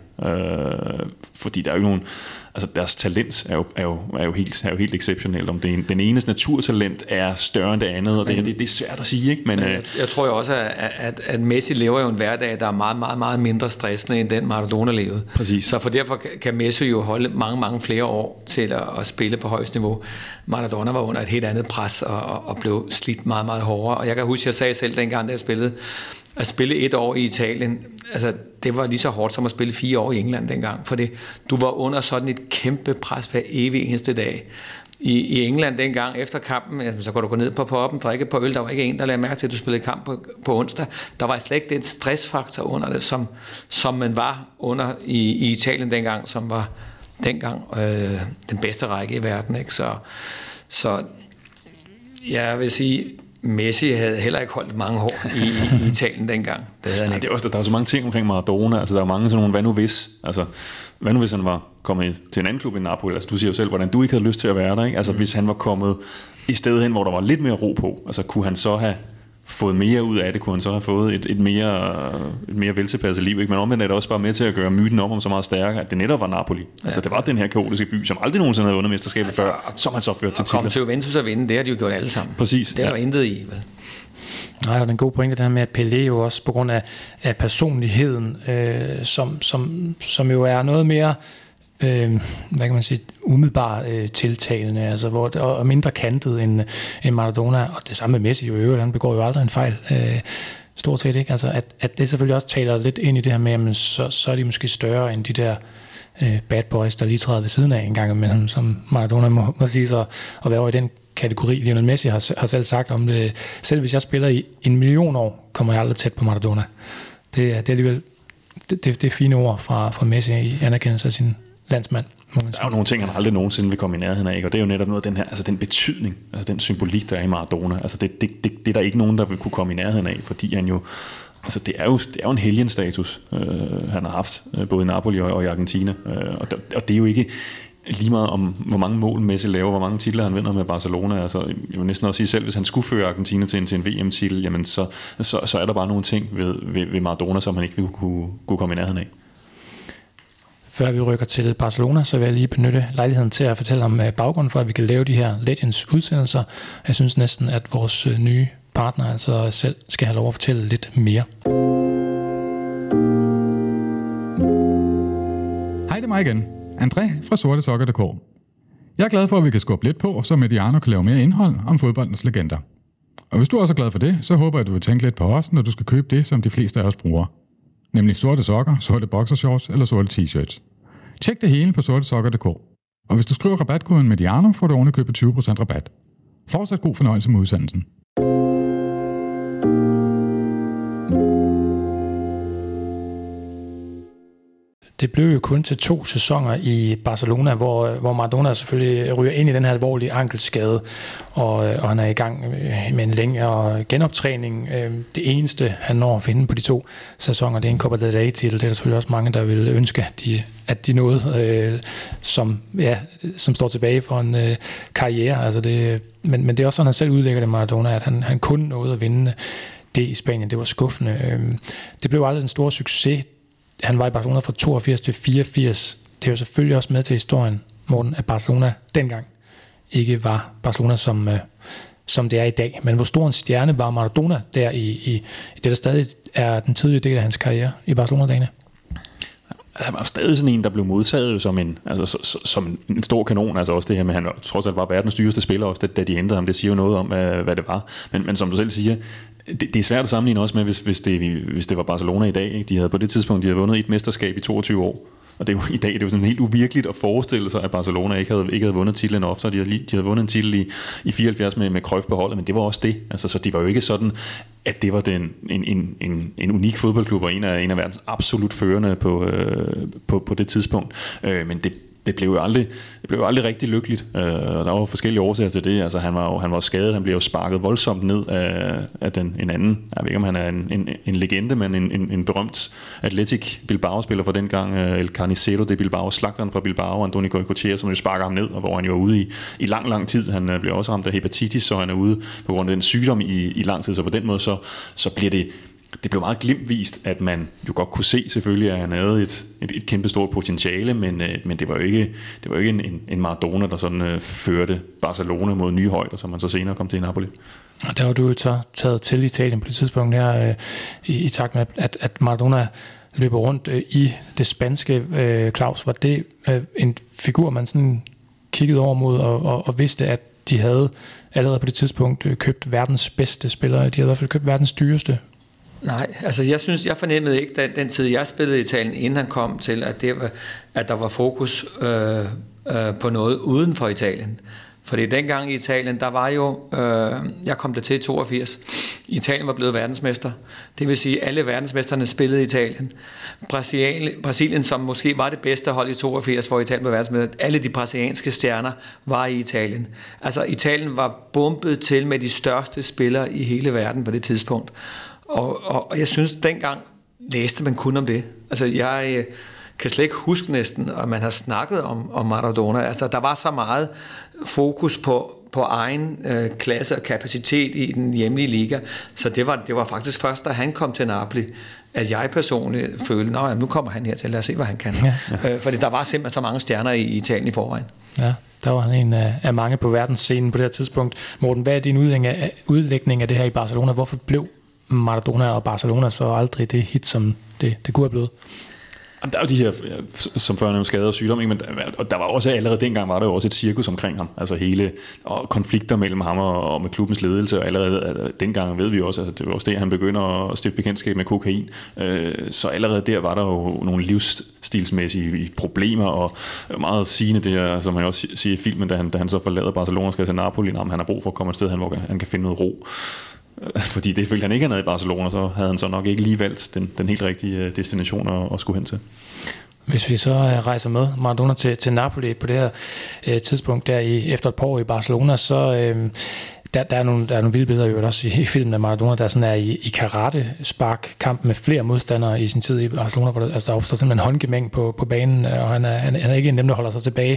Fordi der er jo nogen... Altså, deres talent er jo helt exceptionelt. Om den enes naturtalent er større end det andet, og det er svært at sige, ikke? Men jeg tror jo også, at Messi lever jo en hverdag, der er meget, meget, meget mindre stressende, end den Maradona levede. Præcis. Så for derfor kan Messi jo holde mange, mange flere år til at spille på højst niveau. Maradona var under et helt andet pres og blev slidt meget, meget hårdere. Og jeg kan huske, jeg sagde selv dengang, da jeg spillede, at spille 1 år i Italien, altså det var lige så hårdt som at spille 4 år i England dengang, for du var under sådan et kæmpe pres hver evig eneste dag. I England dengang efter kampen, så kunne du gå ned på puben, drikke på øl, der var ikke en, der lagde mærke til, at du spillede kamp på onsdag. Der var slet ikke den stressfaktor under det, som man var under i Italien dengang, som var dengang den bedste række i verden, ikke? Så jeg vil sige, Messi havde heller ikke holdt mange år i Italien dengang. Det havde han ikke. Der er jo så mange ting omkring Maradona. Altså, der er mange sådan nogle, hvad nu hvis? Altså, hvad nu hvis han var kommet til en anden klub end Napoli? Altså, du siger jo selv, hvordan du ikke havde lyst til at være der, ikke? Altså, hvis han var kommet i stedet hen, hvor der var lidt mere ro på, altså, kunne han så have fået mere ud af det? Kunne han så have fået et mere veltilpasset liv, ikke? Men omvendt er det også bare med til at gøre myten om så meget stærkere, at det netop var Napoli. Ja. Altså, det var den her kaotiske by, som aldrig nogensinde havde vundet mesterskabet før, som han så førte til titler. Og kom til Juventus at vinde, det har de jo gjort alle sammen. Præcis. Det er der intet i, vel? Nej, og den gode pointe, det her med, at Pelé jo også på grund af personligheden, som jo er noget mere, hvad kan man sige, umiddelbart tiltalende, altså og mindre kantet end Maradona, og det samme med Messi jo i øvrigt, han begår jo aldrig en fejl, stort set, ikke? Altså, at det selvfølgelig også taler lidt ind i det her med, jamen, så er de måske større end de der bad boys, der lige træder ved siden af en gang imellem, som Maradona må sige sig at være over i den kategori. Lionel Messi har selv sagt om det, selv hvis jeg spiller i 1 million år, kommer jeg aldrig tæt på Maradona. Det er alligevel det er fine ord fra Messi i anerkendelse af sin landsmand. Der er jo nogle ting, han aldrig nogensinde vil komme i nærheden af, og det er jo netop noget af den her, altså den betydning, altså den symbolik, der er i Maradona. Altså det er der ikke nogen, der vil kunne komme i nærheden af, fordi han jo, altså det er jo en helgenstatus, han har haft, både i Napoli og i Argentina, og det er jo ikke lige meget om, hvor mange mål Messi laver, hvor mange titler han vinder med Barcelona. Altså, jeg vil næsten også sige selv, hvis han skulle føre Argentina til en VM-titel, jamen så er der bare nogle ting ved Maradona, som han ikke vil kunne komme i nærheden af. Før vi rykker til Barcelona, så vil jeg lige benytte lejligheden til at fortælle om baggrunden for, at vi kan lave de her Legends-udsendelser. Jeg synes næsten, at vores nye partner altså selv skal have lov at fortælle lidt mere. Hej, det er mig igen. André fra sortesokker.dk. Jeg er glad for, at vi kan skubbe lidt på, så Mediano kan lave mere indhold om fodboldens legender. Og hvis du også er glad for det, så håber jeg, at du vil tænke lidt på os, når du skal købe det, som de fleste af os bruger. Nemlig sorte sokker, sorte boxershorts eller sorte t-shirts. Tjek det hele på sortesokker.dk. Og hvis du skriver rabatkoden Mediano, får du ovenikøbet 20% rabat. Fortsat god fornøjelse med udsendelsen. Det blev jo kun til 2 sæsoner i Barcelona, hvor Maradona selvfølgelig ryger ind i den her alvorlige ankelskade, og han er i gang med en længere genoptræning. Det eneste, han når at finde på de 2 sæsoner, det er en Copa del Rey-titel. Det er der selvfølgelig også mange, der vil ønske, at de nåede, som står tilbage for en karriere. Altså men det er også sådan, han selv udlægger det, Maradona, at han kun nåede at vinde det i Spanien. Det var skuffende. Det blev aldrig en stor succes. Han var i Barcelona fra 82 til 84. Det er jo selvfølgelig også med til historien, Morten, at Barcelona dengang ikke var Barcelona, som det er i dag. Men hvor stor en stjerne var Maradona der i det, der stadig er den tidlige del af hans karriere i Barcelona-dagene? Han var stadig sådan en, der blev modtaget som som en stor kanon. Altså også det her med, at han trods alt var verdens dyreste spiller, også da de hentede ham. Det siger jo noget om, hvad det var. Men som du selv siger, det er svært at sammenligne også med, hvis det var Barcelona i dag. Ikke? De havde på det tidspunkt vundet et mesterskab i 22 år. Og det er jo, i dag det er jo sådan helt uvirkeligt at forestille sig, at Barcelona ikke havde vundet titlen ofte. De havde vundet en titel i 74 med Cruyff på holdet, men det var også det. Altså, så det var jo ikke sådan, at det var en unik fodboldklub og en af verdens absolut førende på det tidspunkt. Men det blev jo aldrig rigtig lykkeligt. Og der var forskellige årsager til det. Altså han var skadet, han blev jo sparket voldsomt ned af en anden. Jeg ved ikke om han er en legende, men en berømt Athletic Bilbao-spiller fra dengang, El Carnicero de Bilbao, slagteren fra Bilbao, Andoni Goicoechea, som jo sparker ham ned, og hvor han jo var ude i lang tid. Han blev også ramt af hepatitis, så han er ude på grund af den sygdom i lang tid. Så på den måde så bliver det blev meget glimtvist, at man jo godt kunne se selvfølgelig, at han havde et kæmpe stort potentiale, men det var jo ikke en Maradona, der sådan førte Barcelona mod nye højder, som man så senere kom til i Napoli. Og der var du jo så taget til Italien på det tidspunkt her, i takt med, at Maradona løber rundt i det spanske. Claus, var det en figur, man sådan kiggede over mod og vidste, at de havde allerede på det tidspunkt købt verdens bedste spillere? De havde i hvert fald købt verdens dyreste. Nej, altså jeg fornemmede ikke den tid, jeg spillede i Italien, inden han kom til, at der var fokus på noget uden for Italien. Fordi dengang i Italien, der var jo, jeg kom der til i 82, Italien var blevet verdensmester. Det vil sige, at alle verdensmesterne spillede i Italien. Brasilien, som måske var det bedste hold i 82, hvor Italien var verdensmester, alle de brasilianske stjerner var i Italien. Altså Italien var bombet til med de største spillere i hele verden på det tidspunkt. Og jeg synes, dengang læste man kun om det. Altså jeg kan slet ikke huske næsten, at man har snakket om Maradona. Altså der var så meget fokus på egen klasse og kapacitet i den hjemlige liga. Så det var faktisk først, da han kom til Napoli, at jeg personligt følte, nu kommer han her til, lad os se, hvad han kan. Ja. Fordi der var simpelthen så mange stjerner i Italien i forvejen. Ja. Der var han en af mange på verdensscenen på det her tidspunkt. Morten, hvad er din udlægning af det her i Barcelona? Hvorfor blev Maradona og Barcelona så aldrig det hit, som det kunne have blevet? Der er jo de her, som før nævnte, skader og sygdom, ikke? Men der var også allerede dengang, var der jo også et cirkus omkring ham. Altså hele og konflikter mellem ham og med klubbens ledelse, og allerede dengang ved vi også, at det var også det, han begynder at stifte bekendtskab med kokain. Så allerede der var der jo nogle livsstilsmæssige problemer, og meget sigende det, som han også siger i filmen, da han så forlader Barcelona og skal til Napoli, han har brug for at komme et sted, hvor han kan finde noget ro. Fordi det følte han ikke, han havde i Barcelona, så havde han så nok ikke lige valgt den helt rigtige destination at skulle hen til. Hvis vi så rejser med Maradona til Napoli på det her tidspunkt, der efter et par år i Barcelona, så der er nogle vilde billeder jo også i filmen af Maradona, der sådan er i karate-spark-kamp med flere modstandere i sin tid i Barcelona, hvor der opstår simpelthen en håndgemæng på banen, og han er ikke en af dem, der holder sig tilbage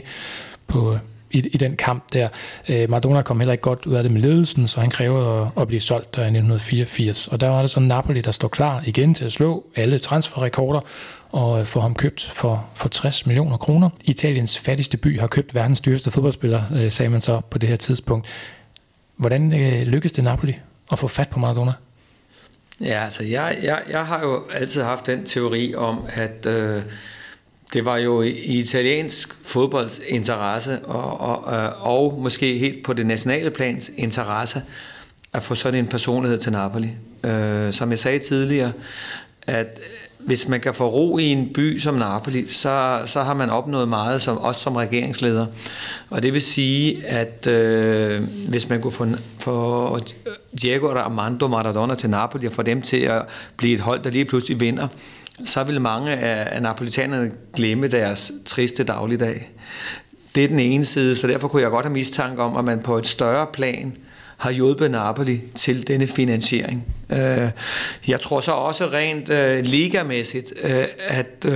i den kamp der. Maradona kom heller ikke godt ud af det med ledelsen, så han krævede at blive solgt der i 1984. Og der var det så Napoli, der står klar igen til at slå alle transferrekorder og få ham købt for 60 millioner kroner. Italiens fattigste by har købt verdens dyreste fodboldspiller, sagde man så på det her tidspunkt. Hvordan lykkedes det Napoli at få fat på Maradona? Ja, altså jeg har jo altid haft den teori om, at det var jo i italiensk fodbolds interesse, og måske helt på det nationale plans interesse, at få sådan en personlighed til Napoli. Som jeg sagde tidligere, at hvis man kan få ro i en by som Napoli, så har man opnået meget, også som regeringsleder. Og det vil sige, at hvis man kunne få Diego Armando Maradona til Napoli og få dem til at blive et hold, der lige pludselig vinder, så vil mange af napolitanerne glemme deres triste dagligdag. Det er den ene side, så derfor kunne jeg godt have mistanke om, at man på et større plan har hjulpet Napoli til denne finansiering. Jeg tror så også rent ligamæssigt, at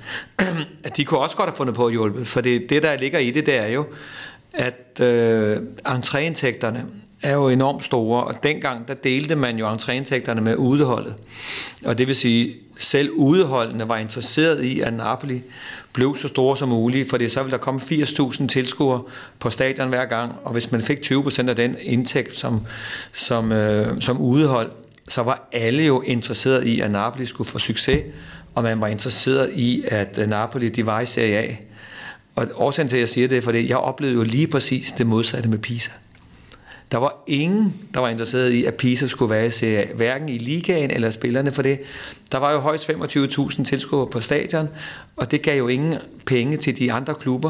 de kunne også godt have fundet på at hjælpe, for det der ligger i det, er jo, at entréindtægterne er jo enormt store, og dengang der delte man jo entréindtægterne med udeholdet. Og det vil sige, selv udeholdene var interesseret i, at Napoli blev så store som muligt, for så ville der komme 80.000 tilskuere på stadion hver gang, og hvis man fik 20% af den indtægt som udehold, så var alle jo interesseret i, at Napoli skulle få succes, og man var interesseret i, at Napoli de var i Serie A. Og årsagen til, at jeg siger det, er, fordi jeg oplevede jo lige præcis det modsatte med Pisa. Der var ingen, der var interesseret i, at Pisa skulle være i Serie A, hverken i ligaen eller spillerne for det. Der var jo højst 25.000 tilskuere på stadion, og det gav jo ingen penge til de andre klubber.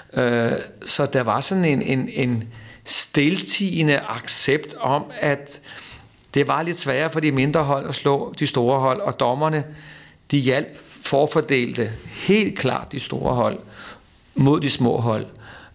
Så der var sådan en stiltigende accept om, at det var lidt sværere for de mindre hold at slå de store hold, og dommerne, de hjalp forfordelte helt klart de store hold mod de små hold.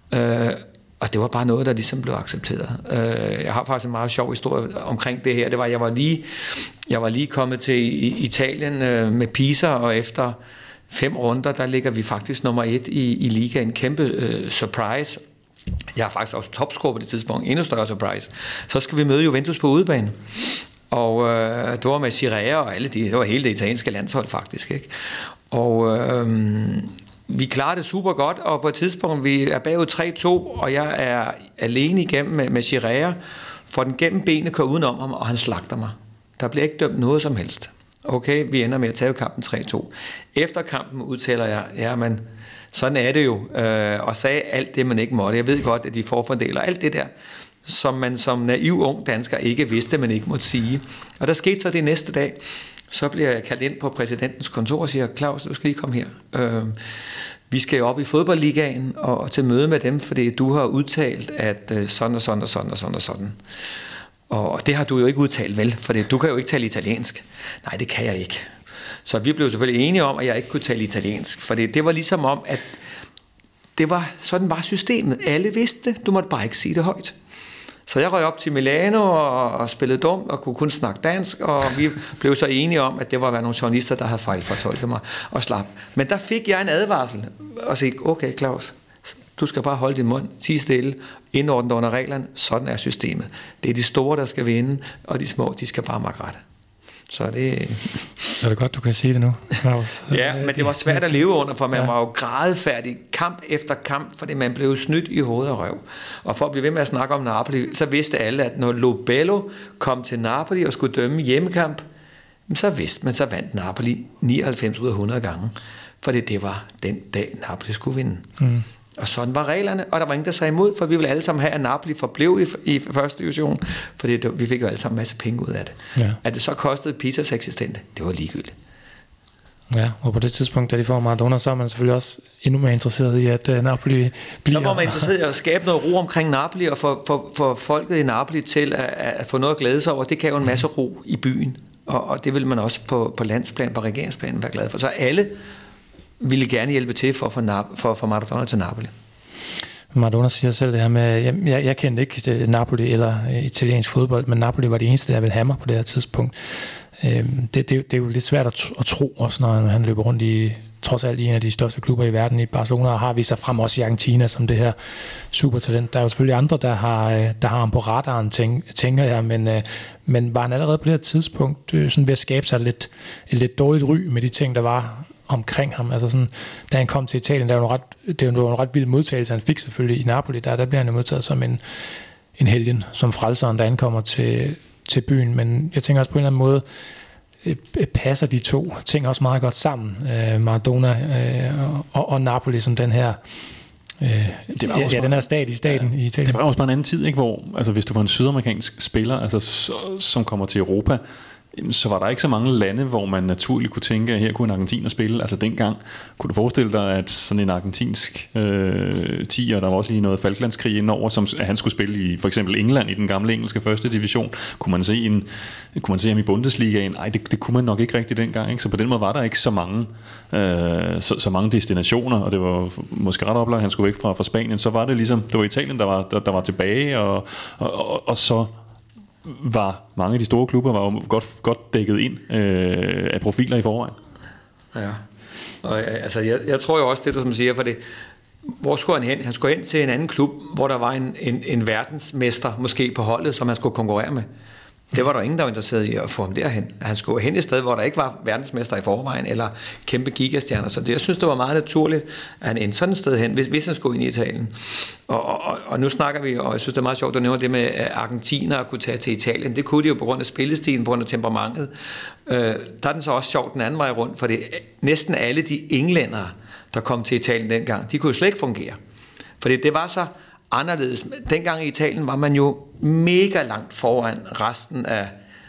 Og det var bare noget, der ligesom blev accepteret. Jeg har faktisk en meget sjov historie omkring det her. Det var, jeg var lige kommet til Italien med Pisa, og efter 5 runder, der ligger vi faktisk nummer 1 i ligaen. Kæmpe surprise. Jeg er faktisk også topscorer på det tidspunkt. Endnu større surprise. Så skal vi møde Juventus på udebane. Og det var med Chirea og alle de, det var hele det italienske landshold faktisk, ikke? Og vi klarer det super godt, og på et tidspunkt, vi er bagud 3-2, og jeg er alene igennem med Chirea, får den gennem benet, kører udenom ham, og han slagter mig. Der bliver ikke dømt noget som helst. Okay, vi ender med at tage kampen 3-2. Efter kampen udtaler jeg, ja, men sådan er det jo, og sagde alt det, man ikke måtte. Jeg ved godt, at de forfordeler alt det der, som man som naiv ung dansker ikke vidste, man ikke måtte sige. Og der skete så det næste dag. Så bliver jeg kaldt ind på præsidentens kontor og siger, Claus, du skal lige komme her. Vi skal jo op i fodboldligaen og til møde med dem, fordi du har udtalt, at sådan og sådan og sådan og sådan og sådan. Og det har du jo ikke udtalt, vel? For du kan jo ikke tale italiensk. Nej, det kan jeg ikke. Så vi blev selvfølgelig enige om, at jeg ikke kunne tale italiensk. For det var ligesom om, at sådan var systemet. Alle vidste det, du måtte bare ikke sige det højt. Så jeg røg op til Milano og spillede dumt og kunne kun snakke dansk, og vi blev så enige om, at det var nogle journalister, der havde fejlfortolket mig og slap. Men der fik jeg en advarsel og sagde, okay Claus, du skal bare holde din mund, tige stille, indordnet under reglerne, sådan er systemet. Det er de store, der skal vinde, og de små, de skal bare makke ret. Så Så er det godt, du kan sige det nu, Claus. Ja, men det var svært at leve under, for man var jo grædefærdig kamp efter kamp, fordi man blev snydt i hoved og røv. Og for at blive ved med at snakke om Napoli, så vidste alle, at når Lobello kom til Napoli og skulle dømme hjemmekamp, så vidste man, så vandt Napoli 99 ud af 100 gange. Fordi det var den dag, Napoli skulle vinde. Mm. Og sådan var reglerne, og der var ingen, der sagde imod, for vi ville alle sammen have, at Napoli forblev i første division, fordi vi fik jo alle sammen en masse penge ud af det. Ja. At det så kostede Pisas eksistente, det var ligegyldigt. Ja, og på det tidspunkt, da de får Maradona, så er man selvfølgelig også endnu mere interesseret i, at Napoli bliver... Der var man interesseret i at skabe noget ro omkring Napoli, og få folket i Napoli til at få noget at glæde sig over. Det kan jo en masse ro i byen, og det vil man også på landsplan, på regeringsplan være glad for. Så alle ville gerne hjælpe til for at få Maradona til Napoli. Maradona siger selv det her med, jeg kendte ikke Napoli eller italiensk fodbold, men Napoli var det eneste, der ville have mig på det her tidspunkt. Det er jo lidt svært at tro også, når han løber rundt i trods alt en af de største klubber i verden i Barcelona, og har vist sig frem også i Argentina som det her supertalent. Der er jo selvfølgelig andre, der har ham på radaren, tænker jeg, men var han allerede på det her tidspunkt sådan ved at skabe sig et lidt dårligt ry med de ting, der var omkring ham. Altså sådan, da han kom til Italien, det var en ret vild modtagelse, han fik selvfølgelig i Napoli, der bliver han jo modtaget som en helgen, som frelseren, der ankommer til byen, men jeg tænker også på en eller anden måde, passer de to ting også meget godt sammen, Maradona og Napoli som den her den her stat i staten i Italien. Det var også bare en anden tid, ikke, hvor altså, hvis du var en sydamerikansk spiller, altså, som kommer til Europa, så var der ikke så mange lande, hvor man naturligt kunne tænke, at her kunne en argentiner spille. Altså dengang kunne du forestille dig, at sådan en argentinsk tiger, der var også lige noget Falklandskrig indover, som at han skulle spille i for eksempel England i den gamle engelske første division. Kunne man se ham i Bundesligaen? Nej, det kunne man nok ikke rigtig dengang. Ikke? Så på den måde var der ikke så mange, så mange destinationer, og det var måske ret oplagt, at han skulle væk fra Spanien. Så var det ligesom, det var Italien, der var tilbage, og så var mange af de store klubber var jo godt dækket ind af profiler i forvejen. Ja, og altså jeg tror jo også det, du som siger, for det, hvor skulle han hen? Han skulle hen til en anden klub, hvor der var en verdensmester måske på holdet, som han skulle konkurrere med. Det var der ingen, der var interesseret i at få ham derhen. Han skulle hen et sted, hvor der ikke var verdensmester i forvejen, eller kæmpe gigastjerner. Så det, jeg synes, det var meget naturligt, at han endte sådan et sted hen, hvis han skulle ind i Italien. Og nu snakker vi, og jeg synes, det er meget sjovt, at nævne det med, at argentiner kunne tage til Italien. Det kunne de jo på grund af spillestilen, på grund af temperamentet. Der er den så også sjovt den anden vej rundt, for det næsten alle de englændere, der kom til Italien dengang, de kunne jo slet ikke fungere. For det var så anderledes. Dengang i Italien var man jo mega langt foran resten af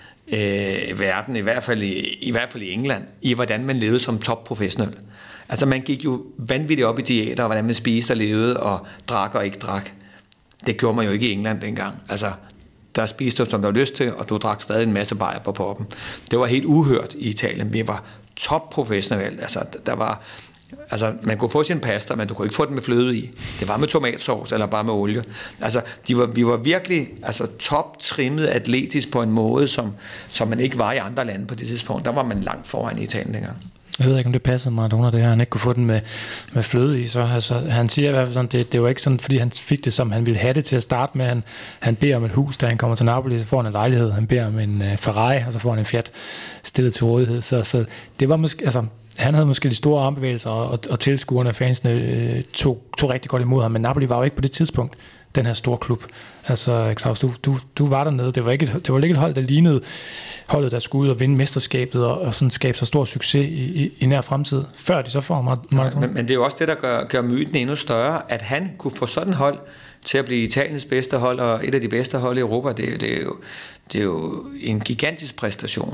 verden, i hvert fald i England, i hvordan man levede som topprofessionel. Altså man gik jo vanvittigt op i diæter, og hvordan man spiste og levede, og drak og ikke drak. Det gjorde man jo ikke i England dengang. Altså der spiste du, som du havde lyst til, og du drak stadig en masse bajer på poppen. Det var helt uhørt i Italien. Vi var topprofessionelle. Altså der var... Altså, man kunne få sin pasta, men du kunne ikke få den med fløde i. Det var med tomatsauce eller bare med olie. Altså, vi var virkelig top-trimmet atletisk på en måde, som man ikke var i andre lande på det tidspunkt. Der var man langt foran i Italien dengang. Jeg ved ikke, om det passede Maradona, det her. Han ikke kunne få den med fløde i. Så altså, han siger i hvert fald sådan, det var ikke sådan, fordi han fik det, som han ville have det til at starte med. Han beder om et hus, da han kommer til Napoli, så får han en lejlighed. Han beder om en Ferrari, og så får han en Fiat stillet til rådighed. Så det var måske... Altså, han havde måske de store armbevægelser, og tilskuerne og fansene tog rigtig godt imod ham, men Napoli var jo ikke på det tidspunkt den her store klub. Altså, Claus, du var dernede. Det var ikke et hold, der lignede holdet, der skulle ud og vinde mesterskabet og sådan skabe så stor succes i nær fremtid, før de så får Maradona. Men det er jo også det, der gør myten endnu større, at han kunne få sådan et hold til at blive Italiens bedste hold og et af de bedste hold i Europa. Det er jo en gigantisk præstation.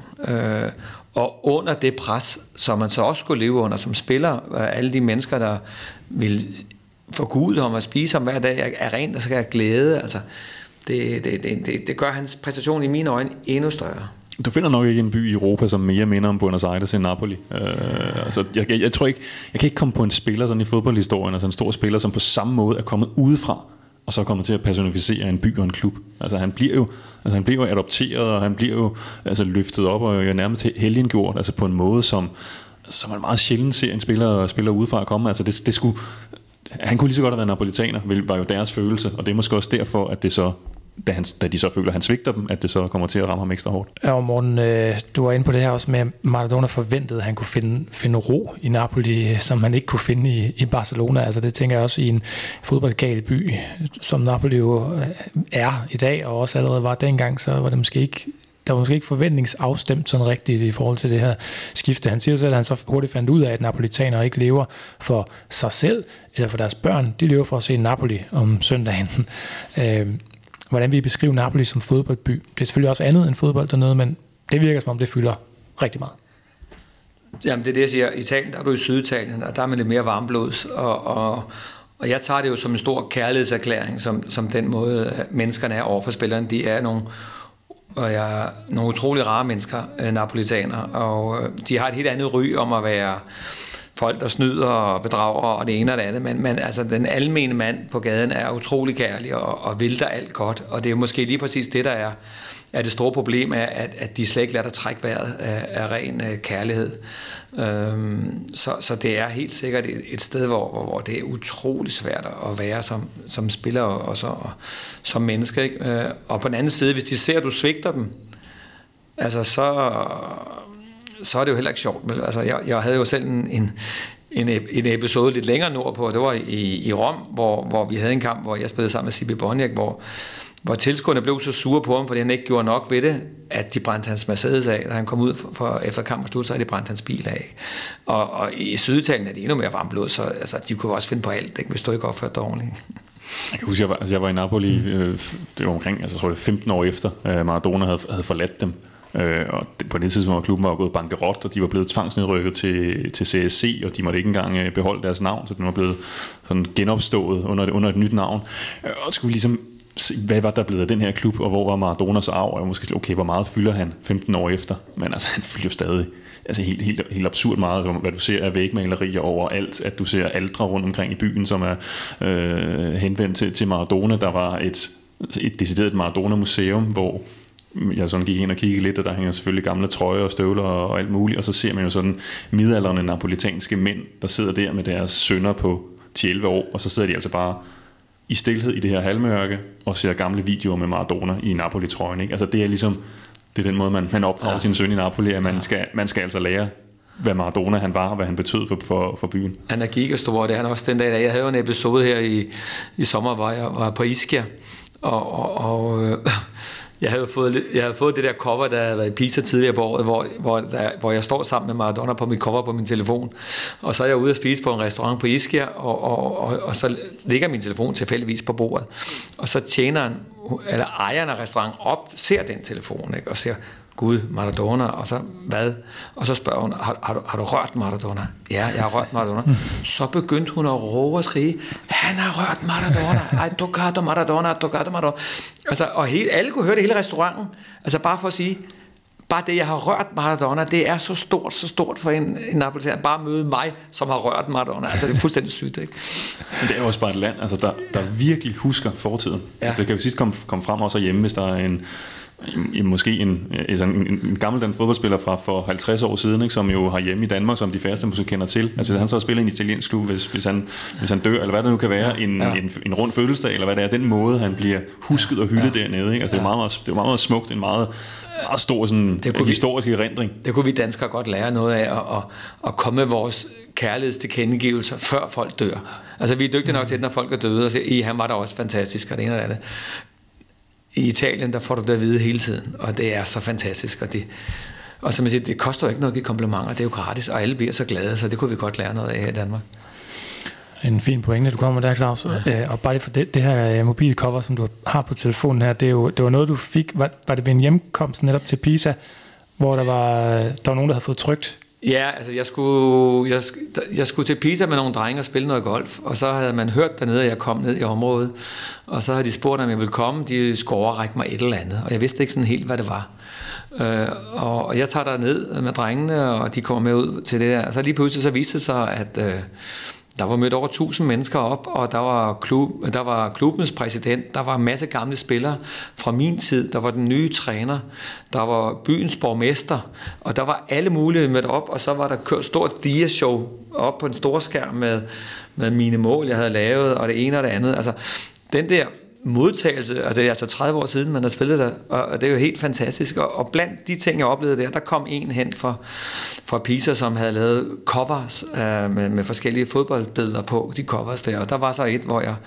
Og under det pres, som man så også skulle leve under som spiller, alle de mennesker, der vil forgude ham og spise ham hver dag, er rent og skal have glæde. Altså, det gør hans præstation i mine øjne endnu større. Du finder nok ikke en by i Europa, som mere minder om Buenos Aires end Napoli. Altså, jeg tror ikke, jeg kan ikke komme på en spiller sådan i fodboldhistorien, altså en stor spiller, som på samme måde er kommet udefra, og så kommer til at personificere en by og en klub. Altså han bliver jo adopteret, og han bliver jo altså løftet op og jo nærmest helgengjort, altså på en måde, som man meget sjældent ser en spiller udefra komme. Altså det skulle, han kunne lige så godt have været napolitaner, var jo deres følelse, og det er måske også derfor, at det så da de så føler, at han svigter dem, at det så kommer til at ramme ham ekstra hårdt. Ja, Morten, du var inde på det her også med, at Maradona forventede, at han kunne finde ro i Napoli, som han ikke kunne finde i Barcelona. Altså det tænker jeg også i en fodboldgal by, som Napoli jo er i dag, og også allerede var dengang, så var det måske ikke... Der var måske ikke forventningsafstemt sådan rigtigt i forhold til det her skifte. Han siger selv, at han så hurtigt fandt ud af, at napolitanere ikke lever for sig selv eller for deres børn. De lever for at se Napoli om søndagen. Hvordan vil I beskrive Napoli som fodboldby? Det er selvfølgelig også andet end fodbold dernede, men det virker som om, det fylder rigtig meget. Jamen det er det, jeg siger. I Italien, der er du i Syditalien, og der er man lidt mere varmblods, og jeg tager det jo som en stor kærlighedserklæring, som den måde, menneskerne er overfor spillerne. De er nogle utrolig rare mennesker, napolitanere, og de har et helt andet ry om at være folk, der snyder og bedrager og det ene og det andet, men altså den almene mand på gaden er utrolig kærlig og vil der alt godt, og det er jo måske lige præcis det, der er det store problem, at de slet ikke lader dig trække vejret af ren kærlighed. Så det er helt sikkert et sted, hvor det er utrolig svært at være som spiller og som menneske, ikke? Og på den anden side, hvis de ser, at du svigter dem, altså så er det jo heller ikke sjovt. Altså, jeg havde jo selv en episode lidt længere nordpå, det var i Rom, hvor vi havde en kamp, hvor jeg spillede sammen med Sibi Boniek, hvor tilskuerne blev så sure på ham, fordi han ikke gjorde nok ved det, at de brændte hans Mercedes af. Da han kom ud efter kampen slut, så havde de brændt hans bil af. Og i Syditalien er det endnu mere varmblod, så altså, de kunne også finde på alt, ikke, hvis du ikke opførte det ordentligt. Jeg kan huske, jeg var i Napoli, det var omkring, altså, jeg tror det 15 år efter, Maradona havde forladt dem. Og på det tidspunkt var klubben gået bankerot, og de var blevet tvangsnedrykket til CSC, og de måtte ikke engang beholde deres navn, så den var blevet sådan genopstået under et nyt navn. Og skulle ligesom se, hvad var der blevet af den her klub, og hvor var Maradonas arv, og måske, okay, hvor meget fylder han 15 år efter, men altså han fylder jo stadig altså helt absurd meget, hvad du ser af vægmalerier overalt, at du ser altre rundt omkring i byen, som er henvendt til Maradona. Der var et decideret Maradona-museum, hvor jeg sådan gik ind og kiggede lidt, og der hænger selvfølgelig gamle trøjer og støvler og alt muligt, og så ser man jo sådan midaldrende napolitanske mænd, der sidder der med deres sønner på 10-11 år, og så sidder de altså bare i stilhed i det her halvmørke og ser gamle videoer med Maradona i Napoli-trøjen, ikke? Altså det er ligesom, det er den måde, man opdrager sin søn i Napoli, at man skal altså lære, hvad Maradona han var, og hvad han betød for byen. Han er gigastor, det er han også den dag. Jeg havde jo en episode her i sommer, hvor jeg var på Ischia, og jeg havde fået det der cover, der havde været i Pisa tidligere på året, hvor jeg står sammen med Maradona på mit cover på min telefon. Og så er jeg ude at spise på en restaurant på Ischia, og så ligger min telefon tilfældigvis på bordet. Og så ejeren af restauranten ser den telefon, ikke, og siger, Gud, Maradona, og så hvad? Og så spørger hun, har du rørt Maradona? Ja, jeg har rørt Maradona. Så begyndte hun at råbe og skrige, han har rørt Maradona, ej, toccato Maradona, toccato Maradona. Altså, og alle kunne høre det hele restauranten. Altså bare for at sige, bare det, jeg har rørt Maradona, det er så stort for en napolitaner. Bare møde mig, som har rørt Maradona. Altså, det er fuldstændig sygt, ikke? Men det er jo også bare et land, altså, der virkelig husker fortiden. Ja. Altså, det kan jo sidst komme frem også hjemme, hvis der er måske en gammel dansk fodboldspiller fra for 50 år siden, ikke, som jo har hjemme i Danmark, som de færreste måske kender til. Altså hvis han så spiller en italiensk klub, hvis han dør, eller hvad det nu kan være, en rund fødselsdag, eller hvad det er, den måde, han bliver husket og hyldet dernede. Ikke? Altså det er jo meget smukt, en meget stor sådan, historisk erindring. Det kunne vi danskere godt lære noget af, at komme med vores kærlighedstilkendegivelser, før folk dør. Altså vi er dygtige nok til, når folk er døde, og siger, han var da også fantastisk, og det ene og det andet. I Italien, der får du det at vide hele tiden, og det er så fantastisk. Og som jeg siger, det koster jo ikke noget at give komplimenter, det er jo gratis, og alle bliver så glade, så det kunne vi godt lære noget af i Danmark. En fin pointe, du kommer der, Claus. Og bare lige for det her mobilcover, som du har på telefonen her, det var noget, du fik, var det ved en hjemkomst netop til Pisa, hvor der var nogen, der havde fået trykt? Ja, altså jeg skulle til Pisa med nogle drenge og spille noget golf, og så havde man hørt dernede, at jeg kom ned i området, og så havde de spurgt, om jeg ville komme. De skulle overrække mig et eller andet, og jeg vidste ikke sådan helt, hvad det var. Og jeg tager der ned med drengene, og de kommer med ud til det der, og så lige pludselig så viste det sig, at der var mødt over 1000 mennesker op, og der var klubbens præsident, der var en masse gamle spillere fra min tid, der var den nye træner, der var byens borgmester, og der var alle mulige mødt op, og så var der kørt stort dia-show op på en stor skærm med mine mål, jeg havde lavet, og det ene og det andet. Altså, den der modtagelse, altså det er altså 30 år siden, man har spillet der, og det er jo helt fantastisk, og blandt de ting, jeg oplevede der kom en hen fra Pisa, som havde lavet covers med forskellige fodboldbilleder på, de covers der, og der var så et, hvor jeg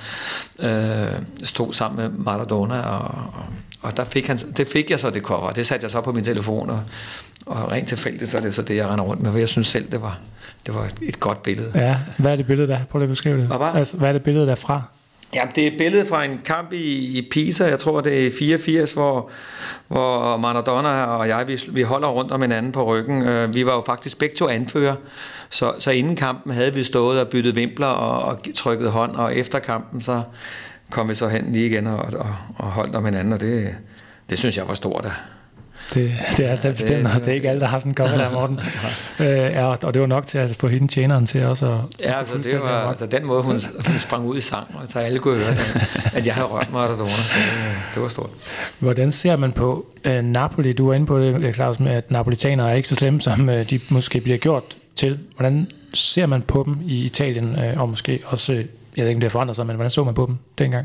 stod sammen med Maradona, og der fik jeg så det cover, det satte jeg så på min telefon, og rent tilfældigt, så er det så det, jeg render rundt med, for jeg synes selv, det var et godt billede. Ja, hvad er det billede der? Prøv lige at beskrive det. Altså, hvad er det billede derfra? Ja, det er et billede fra en kamp i Pisa, jeg tror det er 84, hvor Maradona og jeg, vi holder rundt om hinanden på ryggen. Vi var jo faktisk begge to anfører, så inden kampen havde vi stået og byttet vimpler og trykket hånd, og efter kampen så kom vi så hen lige igen og holdt om hinanden, og det synes jeg var stort da. Det er bestemt, det er ikke alle, der har sådan en cover der, Morten. Og det var nok til at få hende tjeneren til også. Ja, altså det var altså den måde, hun sprang ud i sang, og så alle kunne høre, at jeg havde rørt mig, og det var stort. Hvordan ser man på Napoli? Du var inde på det, Claus, med at napolitanere er ikke så slemme, som de måske bliver gjort til. Hvordan ser man på dem i Italien, og måske også, jeg ved ikke, om det har forandret sig, men hvordan så man på dem dengang?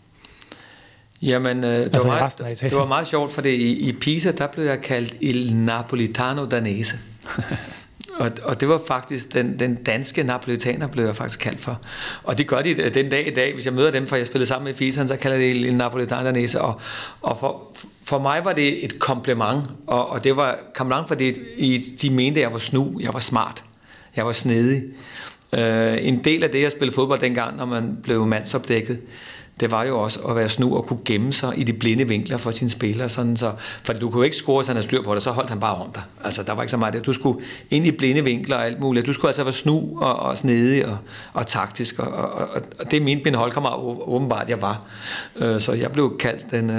Jamen, det var meget sjovt, for i Pisa, der blev jeg kaldt Il Napolitano Danese. og det var faktisk den danske napolitaner, blev jeg faktisk kaldt for. Og det gør de den dag i dag, hvis jeg møder dem, for jeg spillede sammen med Pisa, så kalder det Il Napolitano Danese. Og for mig var det et kompliment, og det var kompliment, fordi de mente, at jeg var snu, jeg var smart, jeg var snedig. En del af det at spille fodbold dengang, når man blev mandsopdækket, det var jo også at være snu og kunne gemme sig i de blinde vinkler for sine spillere, sådan så, for du kunne ikke score, så han havde styr på det, så holdt han bare om dig. Altså, der var ikke så meget det. Du skulle ind i blinde vinkler og alt muligt. Du skulle altså være snu og snedig og taktisk, og det mente min holdkammerat åbenbart, jeg var. Så jeg blev kaldt den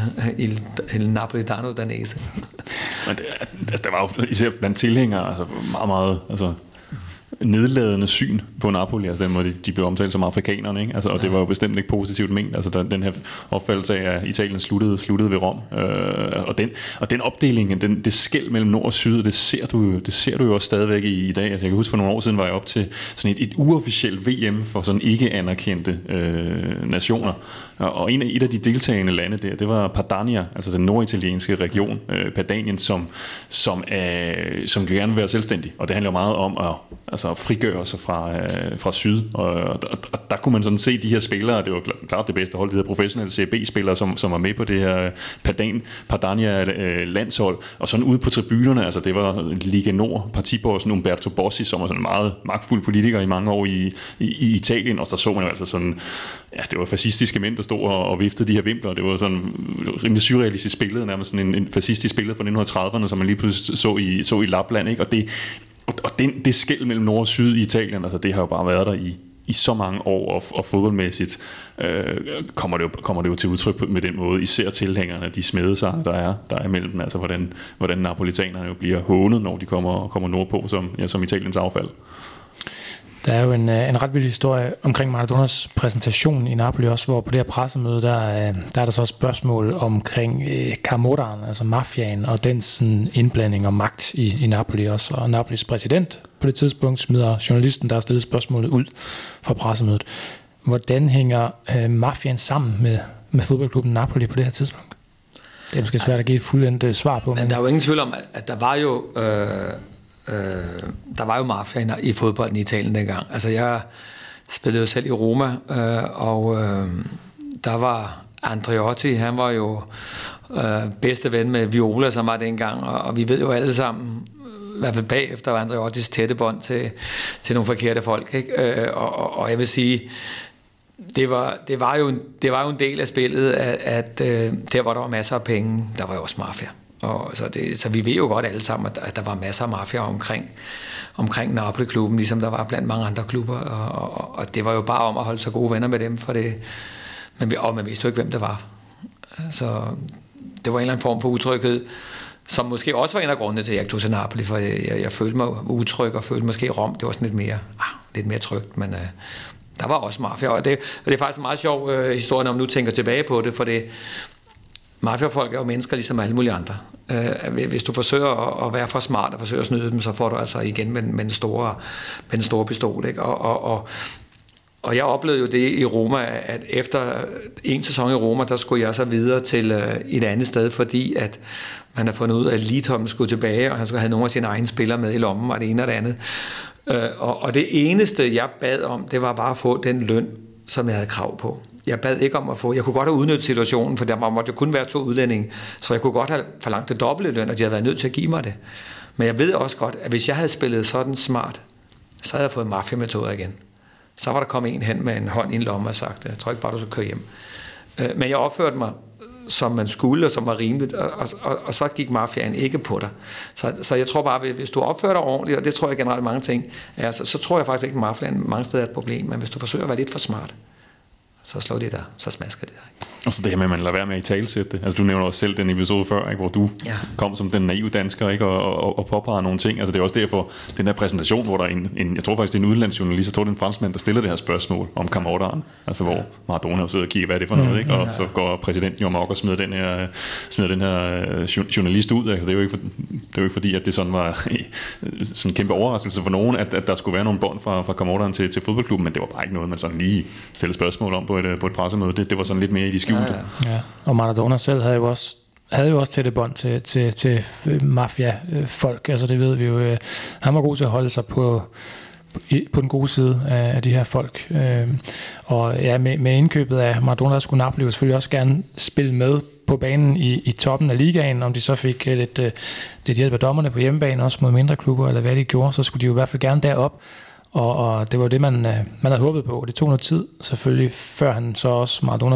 Il Napolitano Danese. Men der var jo især blandt tilhængere altså meget, meget... Altså nedladende syn på Napoli, altså den måde de blev omtalt som afrikanerne, ikke? Altså, og det var jo bestemt ikke positivt ment, altså den her opfattelse af, at Italien sluttede ved Rom, og den opdeling, det skel mellem nord og syd, det ser du jo også stadigvæk i dag. Altså, jeg kan huske, for nogle år siden var jeg op til sådan et uofficielt VM for sådan ikke anerkendte nationer, og et af de deltagende lande der, det var Padania, altså den norditalienske region, Padanien, som gerne vil være selvstændig, og det handler jo meget om at frigøre sig fra syd, og der kunne man sådan se de her spillere, det var klart det bedste hold, de her professionelle CB-spillere, som var med på det her Padania landshold, og sådan ude på tribunerne, altså det var Liga Nord, partibossen Umberto Bossi, som var sådan en meget magtfuld politiker i mange år i Italien, og der så man jo altså sådan, ja, det var fascistiske mænd, der stod og viftede de her vimpler, det var sådan rimelig surrealistisk billede, nærmest sådan en fascistisk billede fra 1930'erne, som man lige pludselig så i Lapland, ikke? Og det skel mellem nord og syd i Italien, altså det har jo bare været der i så mange år, og fodboldmæssigt kommer det jo til udtryk med den måde, især tilhængerne, de smedesange, der er imellem dem, altså hvordan napolitanerne jo bliver hånet, når de kommer nordpå som Italiens affald. Der er jo en ret vild historie omkring Maradonas præsentation i Napoli også, hvor på det her pressemøde, der er der så et spørgsmål omkring Camorraen, altså mafiaen, og dens sådan, indblanding og magt i Napoli også. Og Napolis præsident på det tidspunkt smider journalisten, der har stillet spørgsmålet ud fra pressemødet. Hvordan hænger mafiaen sammen med fodboldklubben Napoli på det her tidspunkt? Det er måske svært at give et fuldendt svar på. Men der er jo ingen tvivl om, at der var jo mafiaer i fodbolden i Italien dengang. Altså jeg spillede jo selv i Roma, og der var Andreotti, han var jo bedste ven med Viola, som var dengang, og vi ved jo alle sammen, i hvert fald bagefter var Andreottis tætte bånd til nogle forkerte folk, ikke? Og jeg vil sige, det var jo en del af spillet, at der hvor der var masser af penge, der var jo også mafia. Og så vi ved jo godt alle sammen, at der var masser af mafia omkring Napoli-klubben, ligesom der var blandt mange andre klubber, og det var jo bare om at holde så gode venner med dem, for det, og man vidste jo ikke, hvem det var. Så det var en eller anden form for utryghed, som måske også var en af grundene til, at jeg tog til Napoli, for jeg følte mig utryg, og følte måske Rom, det var sådan lidt mere trygt, men der var også mafia, og det er faktisk en meget sjov historie, når man nu tænker tilbage på det, for det mafiafolk er jo mennesker ligesom alle mulige andre. Hvis du forsøger at være for smart og forsøger at snyde dem, så får du altså igen med den store pistol, ikke? Og Og jeg oplevede jo det i Roma, at efter en sæson i Roma, der skulle jeg så videre til et andet sted, fordi at man har fundet ud af, at Lidholm skulle tilbage, og han skulle have nogle af sine egne spillere med i lommen, og det ene og det andet. Og det eneste, jeg bad om, det var bare at få den løn, som jeg havde krav på. Jeg bad ikke om at få... Jeg kunne godt have udnyttet situationen, for der måtte jo kun være 2 udlændinge, så jeg kunne godt have forlangt det dobbelte løn, og de havde været nødt til at give mig det. Men jeg ved også godt, at hvis jeg havde spillet sådan smart, så havde jeg fået mafiametoder igen. Så var der kommet en hen med en hånd i en lomme og sagt, jeg tror ikke bare, du skal køre hjem. Men jeg opførte mig, som man skulle, og som var rimeligt, og så gik mafiaen ikke på dig. Så jeg tror bare, hvis du opfører dig ordentligt, og det tror jeg generelt mange ting, altså, så tror jeg faktisk ikke, at mafiaen mange steder er et problem, men hvis du forsøger at være lidt for smart, så slår de der, så smasker det der. Og så det her med, at man lader være med at italesætte det. Altså, du nævner også selv den episode før, ikke, hvor du kom som den naive dansker, ikke, og påpegede nogle ting. Altså, det er også derfor, den der præsentation, hvor der er jeg tror faktisk, det er en udenlandsjournalist, jeg tror, det er en franskmand, der stiller det her spørgsmål om Camorraen. Altså, hvor Maradona sidder og kigger, hvad er det for noget, ikke? Og så går præsidenten jo amok og smider den her journalist ud. Altså, det er jo ikke fordi, at det sådan var sådan en kæmpe overraskelse for nogen, at der skulle være nogle bånd fra Camorraen til fodboldklubben, men det var bare ikke noget, man sådan lige stillede spørgsmål om på et pressemøde. Det var sådan lidt mere i de skjulte. Ja. Og Maradona selv havde jo også tætte bånd til mafia-folk. Altså det ved vi jo. Han var god til at holde sig på den gode side af de her folk. Og ja, med indkøbet af Maradona, der skulle Napoli jo selvfølgelig også gerne spille med på banen i toppen af ligaen. Om de så fik lidt hjælp af dommerne på hjemmebane, også mod mindre klubber, eller hvad de gjorde, så skulle de jo i hvert fald gerne derop. Og det var det, man havde håbet på. Det tog noget tid, selvfølgelig, før han så også, Maradona,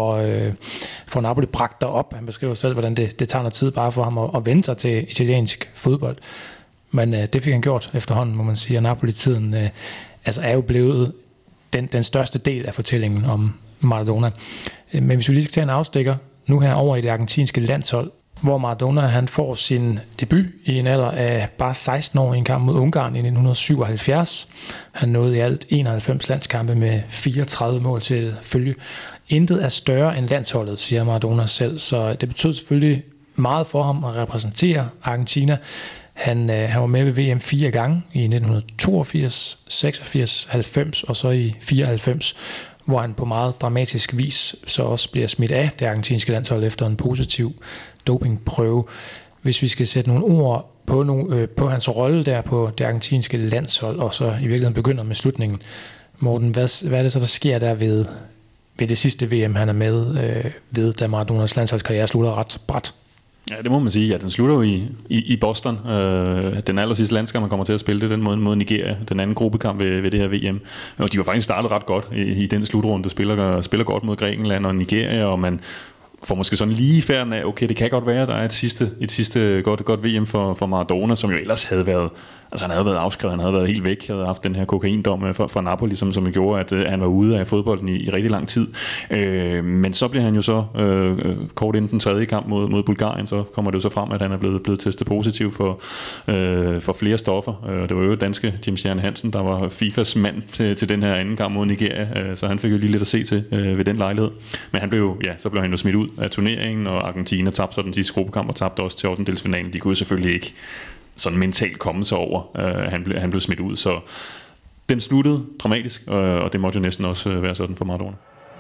får Napoli bragt derop. Han beskriver selv, hvordan det tager noget tid bare for ham at vende sig til italiensk fodbold. Men det fik han gjort efterhånden, må man sige. Og Napoli-tiden er jo blevet den største del af fortællingen om Maradona. Men hvis vi lige skal tage en afstikker nu her over i det argentinske landshold, hvor Maradona han får sin debut i en alder af bare 16 år i en kamp mod Ungarn i 1977. Han nåede i alt 91 landskampe med 34 mål til følge. Intet er større end landsholdet, siger Maradona selv, så det betød selvfølgelig meget for ham at repræsentere Argentina. Han var med ved VM 4 gange i 1982, 86, 90 og så i 94, hvor han på meget dramatisk vis så også bliver smidt af det argentinske landshold efter en positiv dopingprøve. Hvis vi skal sætte nogle ord på hans rolle der på det argentinske landshold, og så i virkeligheden begynder med slutningen. Morten, hvad er det så, der sker der ved det sidste VM, han er med ved, da Maradonas landsholdskarriere slutter ret brat? Ja, det må man sige. Ja, den slutter jo i Boston. Den aller sidste landskamp, man kommer til at spille, det den mod Nigeria. Den anden gruppekamp ved det her VM. Og de var faktisk startet ret godt i den slutrunde. Spiller godt mod Grækenland og Nigeria, og man får måske sådan lige færden af, okay, det kan godt være, at der er et sidste godt VM for Maradona, som jo ellers havde været, altså han havde været afskrevet, han havde været helt væk, havde haft den her kokaindom fra Napoli, som gjorde, at han var ude af fodbolden i rigtig lang tid. Men så bliver han jo så kort inden den tredje kamp mod Bulgarien, så kommer det jo så frem, at han er blevet testet positiv for flere stoffer. Det var jo danske James Jern Hansen, der var FIFAs mand til den her anden kamp mod Nigeria, så han fik jo lige lidt at se til ved den lejlighed. Men så blev han jo smidt ud af turneringen, og Argentina tabte så den sidste gruppekamp og tabte også til 8-delsfinalen. De kunne jo selvfølgelig ikke sådan mentalt komme sig over. Han blev smidt ud, så den sluttede dramatisk, og det måtte jo næsten også være sådan for Maradona.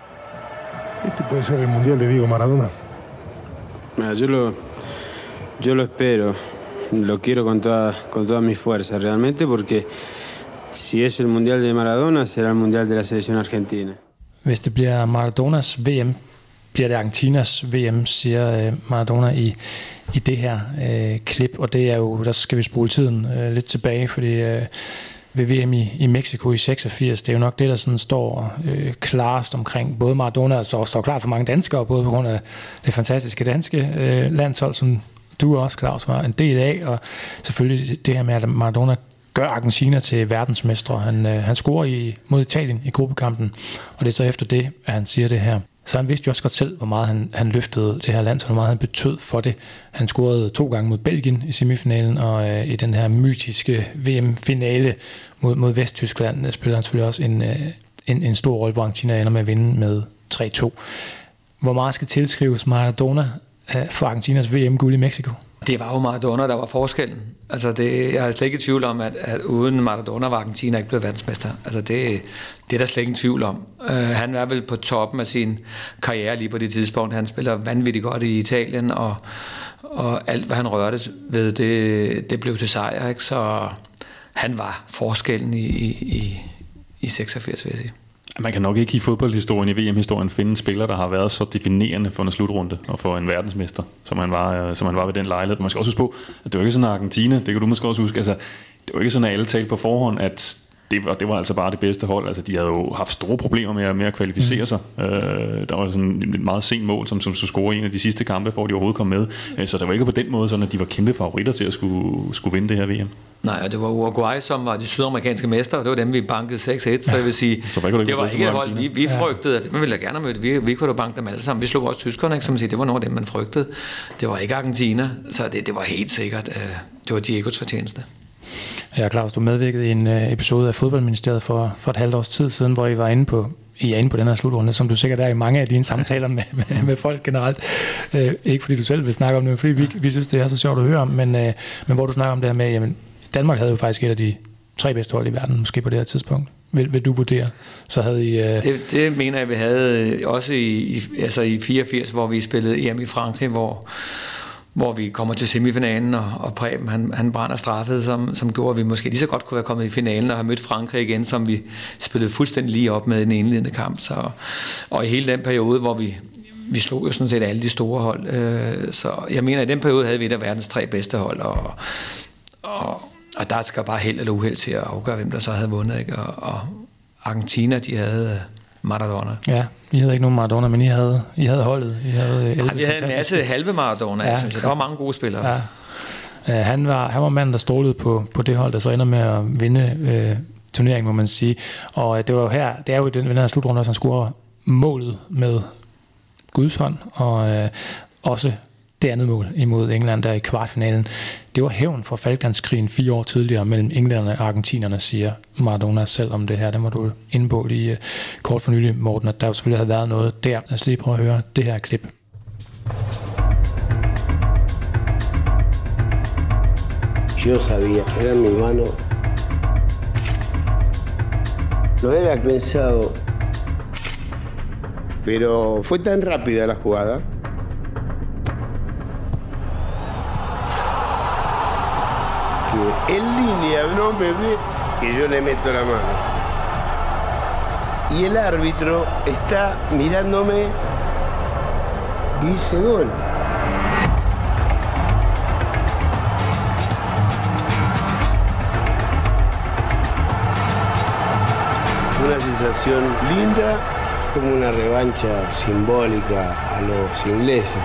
Este puede ser el mundial de Diego Maradona. Yo lo espero, lo quiero con toda mi fuerza realmente, porque si es el mundial de Maradona, será el mundial de la selección argentina. Hvis det bliver Maradonas VM, bliver det Argentinas VM, siger Maradona i det her klip, og det er jo, der skal vi spole tiden lidt tilbage, fordi ved VM i Mexico i 86, det er jo nok det, der sådan står klarest omkring både Maradona, og så står klart for mange danskere, både på grund af det fantastiske danske landshold, som du også, Claus, var en del af, og selvfølgelig det her med, at Maradona gør Argentina til verdensmestre. Han scorer mod Italien i gruppekampen, og det er så efter det, at han siger det her. Så han vidste jo også godt selv, hvor meget han løftede det her land, så hvor meget han betød for det. Han scorede 2 gange mod Belgien i semifinalen, og i den her mytiske VM-finale mod Vesttyskland spiller han selvfølgelig også en stor rolle, hvor Argentina ender med at vinde med 3-2. Hvor meget skal tilskrives Maradona for Argentinas VM-guld i Mexico? Det var jo Maradona, der var forskellen. Altså jeg er slet ikke i tvivl om, at uden Maradona var Argentina ikke blevet verdensmester. Altså det er der slet ikke en tvivl om. Han var vel på toppen af sin karriere lige på det tidspunkt. Han spiller vanvittigt godt i Italien, og alt, hvad han rørte ved, det blev til sejr. Ikke? Så han var forskellen i 86, vil jeg sige. Man kan nok ikke i fodboldhistorien, i VM-historien, finde en spiller, der har været så definerende for en slutrunde og for en verdensmester, som han var ved den lejlighed. Man skal også huske på, at det var ikke sådan, at Argentina, det kan du måske også huske, altså, det var ikke sådan, at alle talte på forhånd, at det var altså bare det bedste hold. Altså, de havde jo haft store problemer med at kvalificere sig. Der var sådan et meget sent mål, som skulle score en af de sidste kampe, for at de overhovedet kom med. Så det var ikke på den måde sådan, at de var kæmpe favoritter til at skulle vinde det her VM. Nej, og det var Uruguay, som var de sydamerikanske mestre, og det var dem, vi bankede 6-1, så jeg vil sige, så det var ikke et hold, vi frygtede, at man ville da gerne møde, vi kunne da banke dem alle sammen. Vi slog også tyskerne, ikke, som siger, det var noget af dem, man frygtede. Det var ikke Argentina, så det var helt sikkert, det var Diegos fortjeneste. Ja, Claus, du medvirkede i en episode af Fodboldministeriet for et halvt års tid siden, hvor I var inde på den her slutrunde, som du sikkert er i mange af dine samtaler med folk generelt. Ikke fordi du selv vil snakke om det, men fordi vi synes, det er så sjovt at høre om, men hvor du snakker om det her med, jamen, Danmark havde jo faktisk et af de 3 bedste hold i verden, måske på det her tidspunkt. Vil du vurdere? Så havde I... Det mener jeg, vi havde også i 84, hvor vi spillede EM i Frankrig, hvor vi kommer til semifinalen, og Preben, han brænder straffet, som gjorde, at vi måske lige så godt kunne være kommet i finalen og have mødt Frankrig igen, som vi spillede fuldstændig lige op med den indledende kamp. Og i hele den periode, hvor vi slog jo sådan set alle de store hold. Så jeg mener, at i den periode havde vi et af verdens 3 bedste hold, og der skal bare held eller uheld til at afgøre, hvem der så havde vundet. Ikke? Og Argentina, de havde Maradona. Ja, I havde ikke nogen Maradona, men I havde holdet. Vi havde en masse halve Maradona, jeg synes. Der var mange gode spillere. Ja. Han var manden, der strålede på det hold, der så ender med at vinde turneringen, må man sige. Og det er jo i den her slutrunde, at han scorer målet med Guds hånd, og også det andet mål imod England der i kvartfinalen. Det var hævn for Falklandskrigen 4 år tidligere mellem englænderne og argentinerne, siger Maradona selv om det her. Den var du inde på lige kort for nylig, Morten, at der jo selvfølgelig havde været noget der. Lad os lige prøve at høre det her klip. Yo sabía que era mi mano. No era pensado, pero fue tan rápida la jugada. Que en línea no me ve que yo le meto la mano. Y el árbitro está mirándome y dice gol. Una sensación linda, como una revancha simbólica a los ingleses.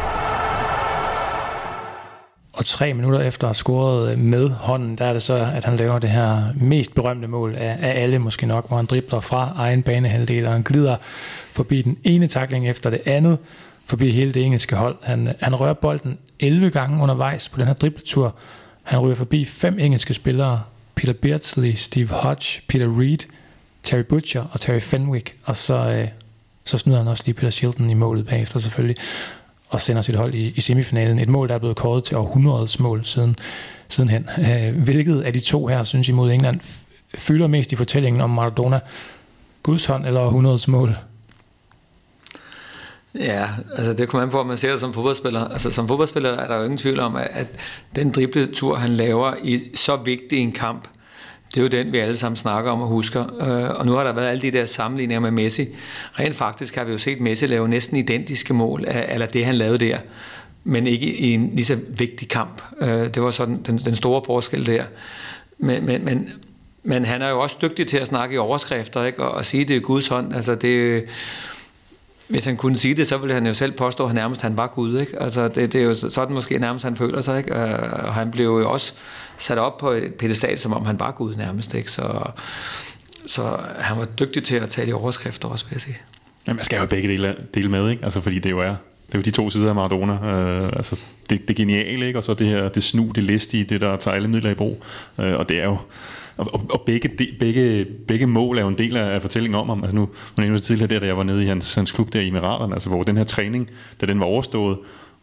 Og 3 minutter efter at have scoret med hånden, der er det så, at han laver det her mest berømte mål af alle måske nok, hvor han dribler fra egen banehalvdel, og han glider forbi den ene tackling efter det andet, forbi hele det engelske hold. Han rører bolden 11 gange undervejs på den her dribletur. Han ryger forbi 5 engelske spillere, Peter Beardsley, Steve Hodge, Peter Reed, Terry Butcher og Terry Fenwick, og så snyder han også lige Peter Shilton i målet bagefter selvfølgelig, og sender sit hold i semifinalen. Et mål, der er blevet kåret til århundredets mål sidenhen. Hvilket af de 2 her, synes I, mod England, fylder mest i fortællingen om Maradona? Guds hånd eller århundredets mål? Ja, altså det kommer an på, at man ser det som fodboldspiller. Altså som fodboldspiller er der jo ingen tvivl om, at den dribletur, han laver i så vigtig en kamp, det er jo den, vi alle sammen snakker om og husker. Og nu har der været alle de der sammenligninger med Messi. Rent faktisk har vi jo set Messi lave næsten identiske mål, eller det han lavede der, men ikke i en lige så vigtig kamp. Det var sådan den store forskel der. Men han er jo også dygtig til at snakke i overskrifter, ikke? Og sige, det er Guds hånd. Altså hvis han kunne sige det, så ville han jo selv påstå, at han var Gud, ikke? Altså det er jo sådan måske nærmest, han føler sig, ikke? Og han blev jo også sat op på et pedestal, som om han var Gud nærmest, ikke? Så han var dygtig til at tale i overskrifter også, vil jeg sige. Jamen, man skal jo begge dele med, ikke? Altså fordi det er jo de 2 sider af Maradona. Altså det geniale, ikke? Og så det snu, det listige, det der tager alle midler i brug. Og det er jo og begge mål er jo en del af fortællingen om ham. Altså nu nævnte jeg tidligere der, da jeg var nede i hans klub der i Emiraterne, altså hvor den her træning, da den var overstået,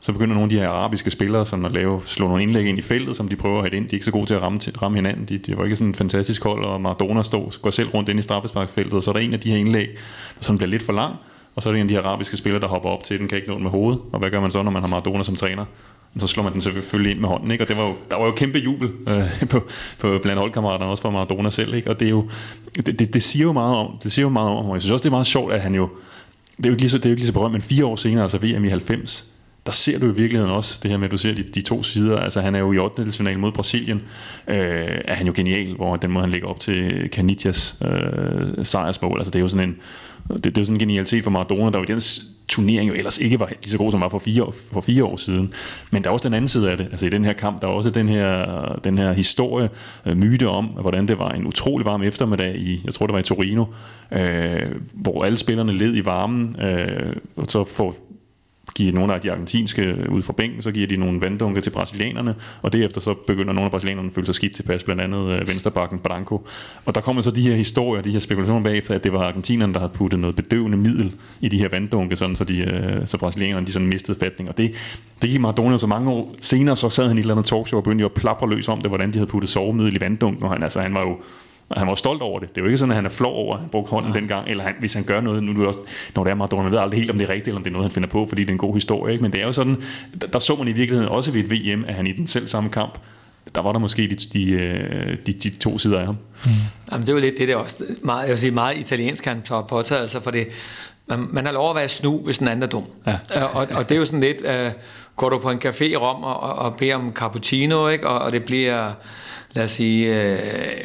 Så begynder nogle af de her arabiske spillere sådan at slå nogle indlæg ind i feltet, som de prøver at have ind. De er ikke så gode til at ramme hinanden. De var ikke sådan en fantastisk hold, og Maradona går selv rundt ind i straffesparksfeltet, og så er der en af de her indlæg, der sådan bliver lidt for lang, og så er der en af de her arabiske spillere, der hopper op til den, kan ikke nå den med hovedet. Og hvad gør man så, når man har Maradona som træner? Så slår man den selvfølgelig ind med hånden, ikke? Og der var jo kæmpe jubel på blandt holdkammeraterne, også for Maradona selv, ikke? Og det er jo det siger jo meget om. Det siger jo meget om, og jeg synes også det er meget sjovt, at han jo det er jo ikke lige så berømt, men 4 år senere, altså VM i 90, der ser du i virkeligheden også det her med, at du ser de to sider. Altså han er jo i 8. mod Brasilien, er han jo genial, hvor den måde han lægger op til Canillas sejrsmål. Altså det er jo sådan en genialitet for Maradona, der jo i den turnering jo ellers ikke var lige så god som var for 4 år siden. Men der er også den anden side af det. Altså i den her kamp, der er også den her historie, myte om, hvordan det var en utrolig varm eftermiddag jeg tror det var i Torino, hvor alle spillerne led i varmen, og så giver nogle af de argentinske ud fra bænken, så giver de nogle vanddunke til brasilianerne, og derefter så begynder nogle af brasilianerne at føle sig skidt tilpas, blandt andet venstrebacken Branco. Og der kommer så de her historier, de her spekulationer bagefter, at det var argentinerne, der havde puttet noget bedøvende middel i de her vanddunke, sådan så brasilianerne de sådan mistede fatning. Og det gik Maradona så mange år senere, så sad han i et eller andet talkshow og begyndte jo at plapre løs om det, hvordan de havde puttet sovemiddel i vanddunken, og han var stolt over det. Det er jo ikke sådan, at han er flov over, at han brugte hånden dengang, eller hvis han gør noget, nu er det også, når det er Maradona, man ved aldrig helt, om det er rigtigt, eller om det er noget, han finder på, fordi det er en god historie, ikke? Men det er jo sådan, der så man i virkeligheden også ved et VM, at han i den selv samme kamp, der var der måske de to sider af ham. Jamen, det er jo lidt det der også, meget, jeg vil sige, meget italiensk, han har påtaget, altså, for det, man har lov at være snu, hvis den anden er dum. Ja. Og det er jo sådan lidt, går du på en café i Rom og beder om cappuccino, ikke? Og det bliver, lad os sige,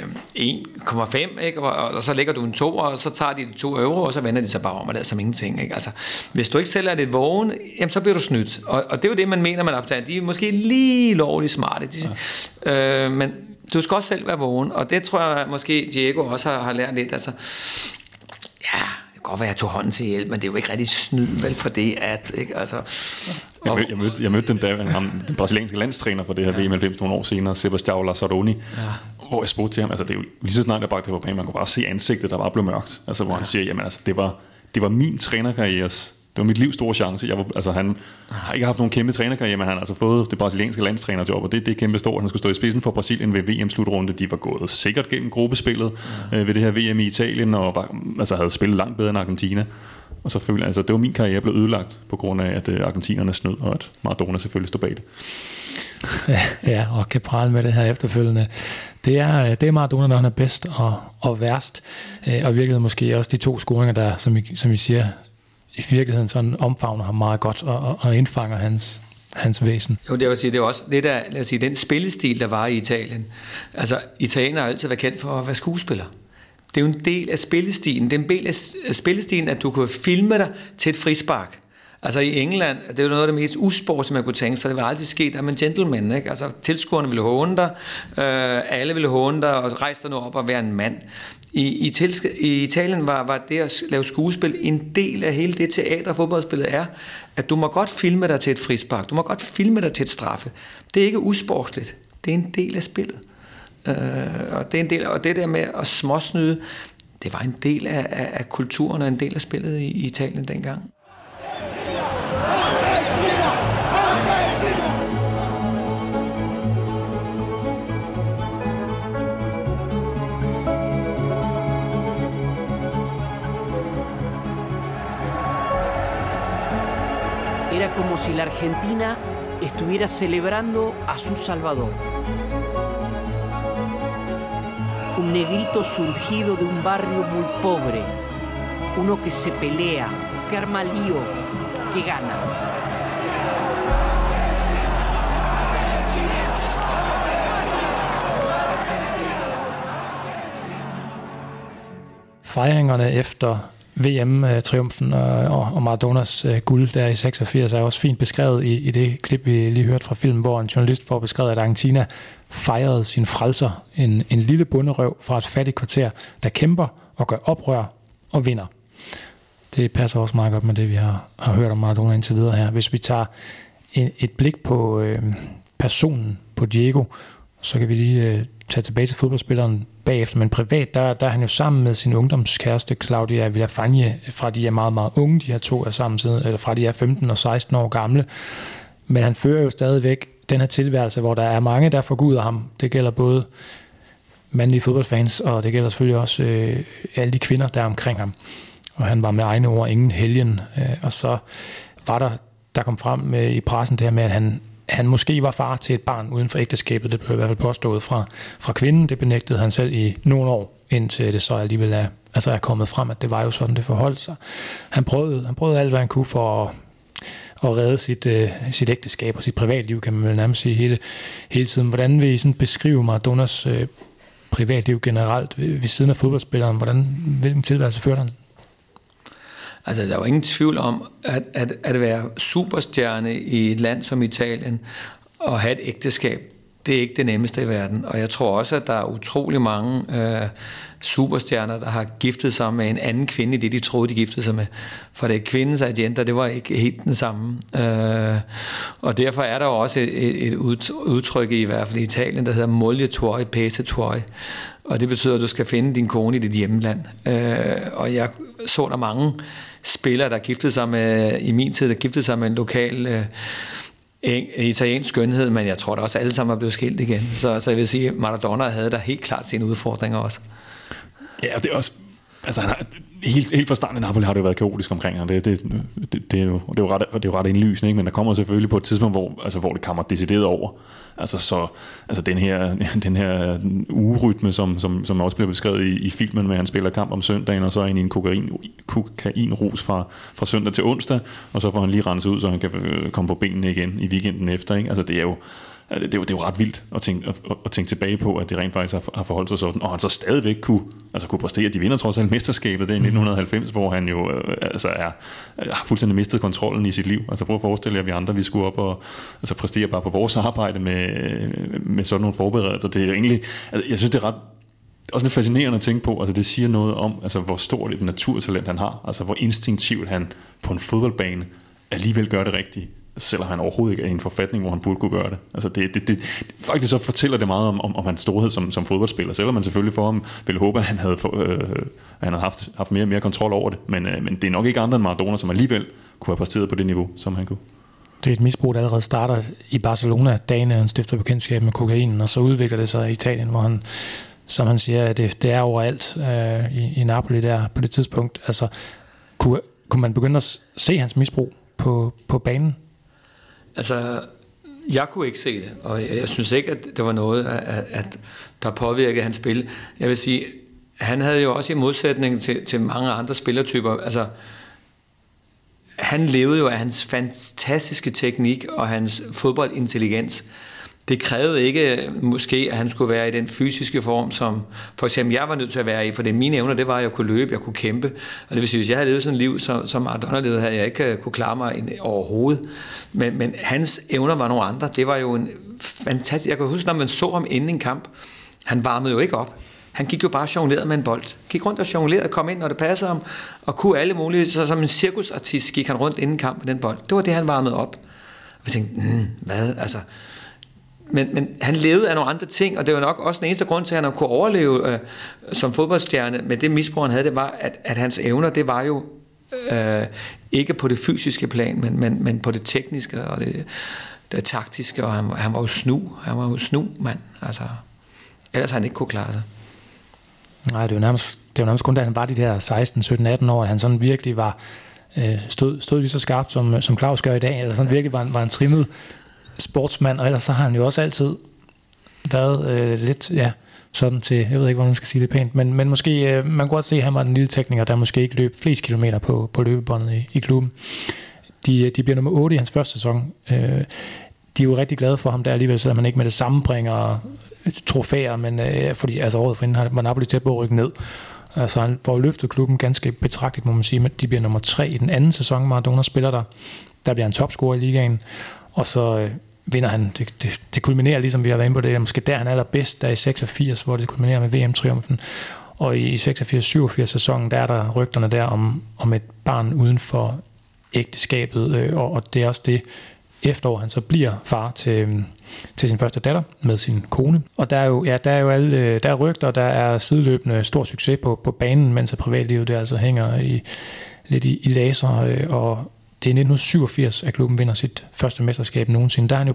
1,5, ikke? Og så lægger du en 2, og så tager de 2 euro, og så vender de sig bare om, og det er som ingenting, ikke? Altså, hvis du ikke selv er lidt vågen, jamen, så bliver du snydt. Og det er jo det, man mener, man optager. De er måske lige lovligt smarte, men du skal også selv være vågen, og det tror jeg måske Diego også har lært lidt, altså, ja, det kan godt være, at jeg tog hånden til hjælp, men det er jo ikke rigtig snyd, vel, for det, at, ikke, altså. Jeg mødte den brasilianske landstræner for det her VM 90 nogle år senere, Sebastião Lazzaroni, hvor jeg spurgte til ham, altså det er jo lige så snart jeg bragte det på banen, man kunne bare se ansigtet, der bare blev mørkt, altså hvor han siger, jamen altså det var min trænerkarrieres, det var mit livs store chance. Han har ikke haft nogen kæmpe trænerkarriere, men han har altså fået det brasilianske landstrænerjob, og det er kæmpe stort. Han skulle stå i spidsen for Brasilien ved VM-slutrunde. De var gået sikkert gennem gruppespillet ved det her VM i Italien, og havde spillet langt bedre end Argentina. Og så følte det var min karriere blev ødelagt på grund af, at argentinerne snød, og at Maradona selvfølgelig stod bag det. Ja, og kan prale med det her efterfølgende. Det er Maradona, når han er bedst og værst, og virkelig måske også de 2 scoringer, der, som I siger, i virkeligheden sådan omfavner ham meget godt og indfanger hans væsen. Jo, det vil sige, det er også det der, lad os sige, den spillestil, der var i Italien. Altså, Italien har altid været kendt for at være skuespiller. Det er jo en del af spillestilen. Det er en del af spillestilen, at du kan filme dig til et frispark. Altså i England, det er jo noget af det mest usport, som man kunne tænke sig. Det var aldrig sket, at man gentleman, ikke? Altså tilskuerne ville håne dig, alle ville håne dig, og rejse dig nu op og være en mand. I Italien var det at lave skuespil en del af hele det teater- og fodboldspillet er, at du må godt filme dig til et frispark, du må godt filme dig til et straffe. Det er ikke usportsligt, det er en del af spillet. Og det er en del, og det der med at småsnyde, det var en del af kulturen og en del af spillet i Italien dengang. Era como si la Argentina estuviera celebrando a su Salvador. Un negrito surgido de un barrio muy pobre, uno que se pelea, que arma lío, que gana. Fejringerne efter VM-triumfen og Maradonas guld der i 86 er også fint beskrevet i det klip, vi lige hørte fra filmen, hvor en journalist får beskrevet, at Argentina fejrede sin frelser, en lille bonderøv fra et fattigt kvarter, der kæmper og gør oprør og vinder. Det passer også meget godt med det, vi har hørt om Maradona indtil videre her. Hvis vi tager et blik på personen, på Diego, så kan vi lige tage tilbage til fodboldspilleren bagefter, men privat, der er han jo sammen med sin ungdomskæreste Claudia Villafañe, fra de er meget, meget unge, de her 2 er sammen siden, eller fra de er 15 og 16 år gamle. Men han fører jo stadigvæk den her tilværelse, hvor der er mange, der forguder ham. Det gælder både mandlige fodboldfans, og det gælder selvfølgelig også alle de kvinder, der er omkring ham. Og han var med egne ord ingen helgen. Og så var der kom frem i pressen det her med, at han måske var far til et barn uden for ægteskabet. Det blev i hvert fald påstået fra kvinden. Det benægtede han selv i nogle år, indtil det så alligevel er kommet frem, at det var jo sådan, det forholdt sig. Han prøvede alt, hvad han kunne for at redde sit ægteskab og sit privatliv, kan man vel nærmest sige, hele tiden. Hvordan vil I sådan beskrive Maradonas privatliv generelt ved siden af fodboldspilleren? Hvilken tilværelse førte han? Altså, der er jo ingen tvivl om, at være superstjerne i et land som Italien og have et ægteskab, det er ikke det nemmeste i verden. Og jeg tror også, at der er utrolig mange superstjerner, der har giftet sig med en anden kvinde i det, de troede, de giftede sig med. For det kvindens agenda, det var ikke helt den samme. Og derfor er der jo også et udtryk i hvert fald i Italien, der hedder moglie tuoi, pace tuoi. Og det betyder, at du skal finde din kone i dit hjemland. Og jeg så der mange spillere, der giftede sig med, i min tid, der giftede sig med en lokal italiensk skønhed, men jeg tror da også, alle sammen er blevet skilt igen. Så jeg vil sige, at Maradona havde der helt klart sine udfordringer også. Ja, og det er også, altså han har, helt fra starten i Napoli har det jo været kaotisk omkring ham. Det er jo ret indlysende, ikke? Men der kommer selvfølgelig på et tidspunkt, hvor det kommer decideret over. Altså den her ugerytme, som også bliver beskrevet i filmen, med at han spiller kamp om søndagen, og så er han i en kokainrus fra søndag til onsdag, og så får han lige renset ud, så han kan komme på benene igen i weekenden efter, ikke? Altså det er jo ret vildt at tænke tilbage på, at det rent faktisk har forholdt sig sådan, og han så stadigvæk kunne præstere. De vinder trods alt mesterskabet, det er i 1990, hvor han jo har fuldstændig mistet kontrollen i sit liv. Altså prøv at forestille jer, at vi andre, vi skulle op og præstere bare på vores arbejde med sådan nogle forberedelser. Det er jo egentlig, jeg synes, det er også lidt fascinerende at tænke på. Altså det siger noget om, altså hvor stort et naturtalent han har, altså hvor instinktivt han på en fodboldbane alligevel gør det rigtigt, selvom han overhovedet ikke er i en forfatning, hvor han burde kunne gøre det. Altså det faktisk så fortæller det meget om hans storhed som fodboldspiller, selvom man selvfølgelig for ham ville håbe, at han havde haft mere og mere kontrol over det. Men det er nok ikke andre end Maradona, som alligevel kunne have præsteret på det niveau, som han kunne. Det er et misbrug, der allerede starter i Barcelona, dagen han stifter bekendtskab med kokainen, og så udvikler det sig i Italien, hvor han, som han siger, det er overalt i Napoli der på det tidspunkt. Altså, kunne man begynde at se hans misbrug på banen? Altså, jeg kunne ikke se det, og jeg synes ikke, at det var noget, at der påvirkede hans spil. Jeg vil sige, han havde jo også i modsætning til mange andre spillertyper, altså, han levede jo af hans fantastiske teknik og hans fodboldintelligens. Det krævede ikke måske, at han skulle være i den fysiske form, som for eksempel jeg var nødt til at være i, for det mine evner, det var, at jeg kunne løbe, jeg kunne kæmpe. Og det vil sige, hvis jeg havde levet sådan et liv, som Maradona levede, havde jeg ikke kunne klare mig overhovedet. Men hans evner var nogle andre. Det var jo en fantastisk... Jeg kan huske, når man så ham inden en kamp, han varmede jo ikke op. Han gik jo bare og jonglerede med en bold. Gik rundt og jonglerede, kom ind, når det passede ham, og kunne alle mulige... Så som en cirkusartist gik han rundt inden kamp med den bold. Det var det, han varmede op. Og vi tænkte, hvad? Altså... Men han levede af nogle andre ting, og det var nok også den eneste grund til, at han kunne overleve som fodboldstjerne med det misbrug, han havde, det var, at hans evner, det var jo ikke på det fysiske plan, men på det tekniske og det taktiske, og han var jo snu, mand. Altså, ellers han ikke kunne klare sig. Nej, det var nærmest kun, da han var de der 16, 17, 18 år, at han sådan virkelig var stod lige så skarpt, som Claus gør i dag, eller sådan virkelig var en trimmet sportsmand, og ellers så har han jo også altid været lidt, sådan til, jeg ved ikke, hvordan man skal sige det pænt, men måske, man kunne godt se, at han var den lille tekniker, der måske ikke løb flest kilometer på løbebåndet i klubben. De bliver nummer 8 i hans første sæson. De er jo rigtig glade for ham der alligevel, selvom han ikke med det samme bringer trofæer, men fordi altså året forinden var Napoli tæt på at rykke ned. Så han får løftet klubben ganske betragteligt, må man sige, men de bliver nummer 3 i den anden sæson, Maradona spiller der bliver han topscorer i ligaen, og så vinder han, det kulminerer, ligesom vi har været inde på det, måske der han er allerbedst, der i 86, hvor det kulminerer med VM-triumfen, og i 86-87 sæsonen, der er der rygterne der om et barn uden for ægteskabet, og det er også det efterår, han så bliver far til sin første datter med sin kone, og der er jo alle, der er rygter, der er sideløbende stor succes på banen, mens privatlivet der altså hænger lidt i laser, og det er 1987, at klubben vinder sit første mesterskab nogensinde. Der har han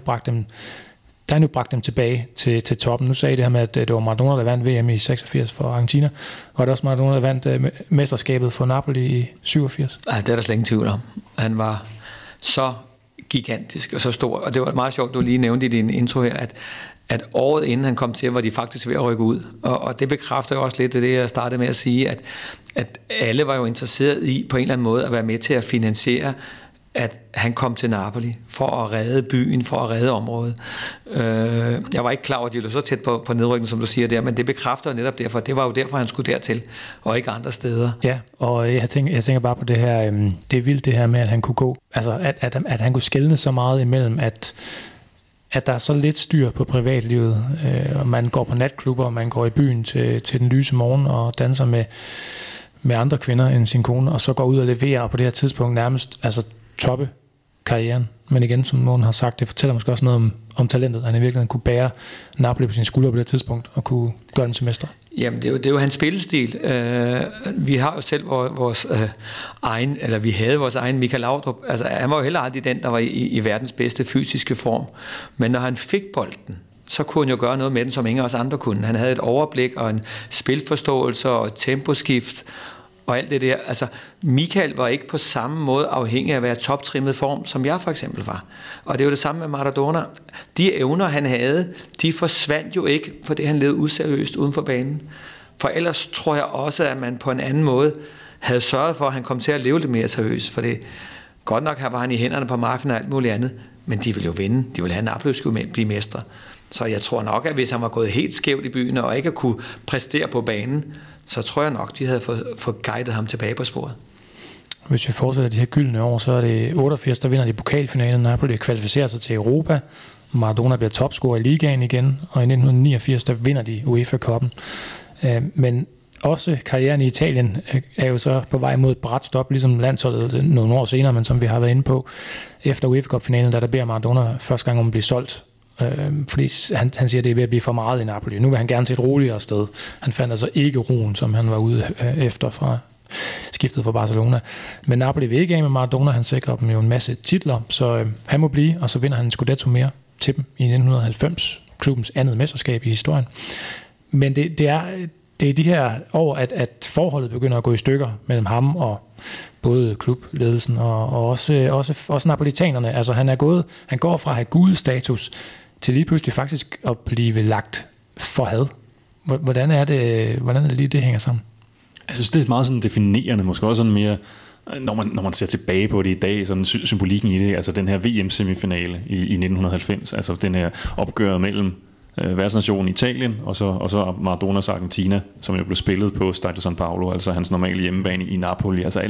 jo bragt dem tilbage til toppen. Nu sagde det her med, at det var Maradona, der vandt VM i 86 for Argentina. Var det også Maradona, der vandt mesterskabet for Napoli i 87? Ja, det er der slet ingen tvivl om. Han var så gigantisk og så stor. Og det var meget sjovt, du lige nævnte i din intro her, at året inden han kom til, var de faktisk ved at rykke ud. Og det bekræfter jo også lidt det, jeg startede med at sige, at alle var jo interesseret i på en eller anden måde at være med til at finansiere, at han kom til Napoli for at redde byen, for at redde området. Jeg var ikke klar over, at de lå så tæt på nedrykningen, som du siger der, men det bekræfter jo netop derfor. Det var jo derfor, han skulle dertil, og ikke andre steder. Ja, og jeg tænker bare på det her, det er vildt det her med, at han kunne gå, altså at han kunne skelne så meget imellem, at der er så lidt styr på privatlivet, og man går på natklubber, og man går i byen til den lyse morgen og danser med andre kvinder end sin kone, og så går ud og leverer, og på det her tidspunkt nærmest altså toppe karrieren. Men igen, som nogen har sagt, det fortæller måske også noget om talentet. Han i virkeligheden kunne bære Napoli på sine skuldre på det tidspunkt, og kunne gøre dem til mester. Jamen, det er jo hans spillestil. Vi har jo selv vores egen, eller vi havde vores egen Michael Laudrup. Altså, han var jo heller aldrig den, der var i verdens bedste fysiske form. Men når han fik bolden, så kunne han jo gøre noget med den, som ingen af os andre kunne. Han havde et overblik og en spilforståelse og et temposkift, og alt det der. Altså, Michael var ikke på samme måde afhængig af at være toptrimmet form, som jeg for eksempel var. Og det er jo det samme med Maradona. De evner, han havde, de forsvandt jo ikke, fordi han levede useriøst uden for banen. For ellers tror jeg også, at man på en anden måde havde sørget for, at han kom til at leve lidt mere seriøst. For det godt nok var han i hænderne på Marfin og alt muligt andet, men de ville jo vinde. De ville have Napoli skulle blive mestre. Så jeg tror nok, at hvis han var gået helt skævt i byen og ikke kunne præstere på banen, så tror jeg nok, de havde fået guidet ham tilbage på sporet. Hvis vi fortsætter de her gyldne år, så er det 88, der vinder de pokalfinalen. Napoli kvalificerer sig til Europa. Maradona bliver topscorer i ligaen igen, og i 1989, der vinder de UEFA-cupen. Men også karrieren i Italien er jo så på vej mod et brat stop, ligesom landsholdet nogle år senere, men som vi har været inde på, efter UEFA-cup-finalen, der beder Maradona første gang om at blive solgt. Fordi han siger, at det er ved at blive for meget i Napoli. Nu vil han gerne til et roligere sted. Han fandt altså ikke roen, som han var ude efter fra skiftet fra Barcelona. Men Napoli vil ikke af med Maradona. Han sikrer dem jo en masse titler, så han må blive, og så vinder han en Scudetto mere til dem i 1990. Klubbens andet mesterskab i historien. Men det er de her år, at forholdet begynder at gå i stykker mellem ham og både klubledelsen og også napolitanerne. Altså han går fra at have gudestatus til lige pludselig faktisk at blive lagt for had. Hvordan er det lige det hænger sammen? Jeg synes, det er meget sådan definerende, måske også sådan mere, når man ser tilbage på det i dag, sådan symbolikken i det, altså den her VM-semifinale i 1990, altså den her opgør mellem værtsnationen Italien og så Maradonas Argentina, som jo blev spillet på Stadio San Paolo, altså hans normale hjemmebane i Napoli, altså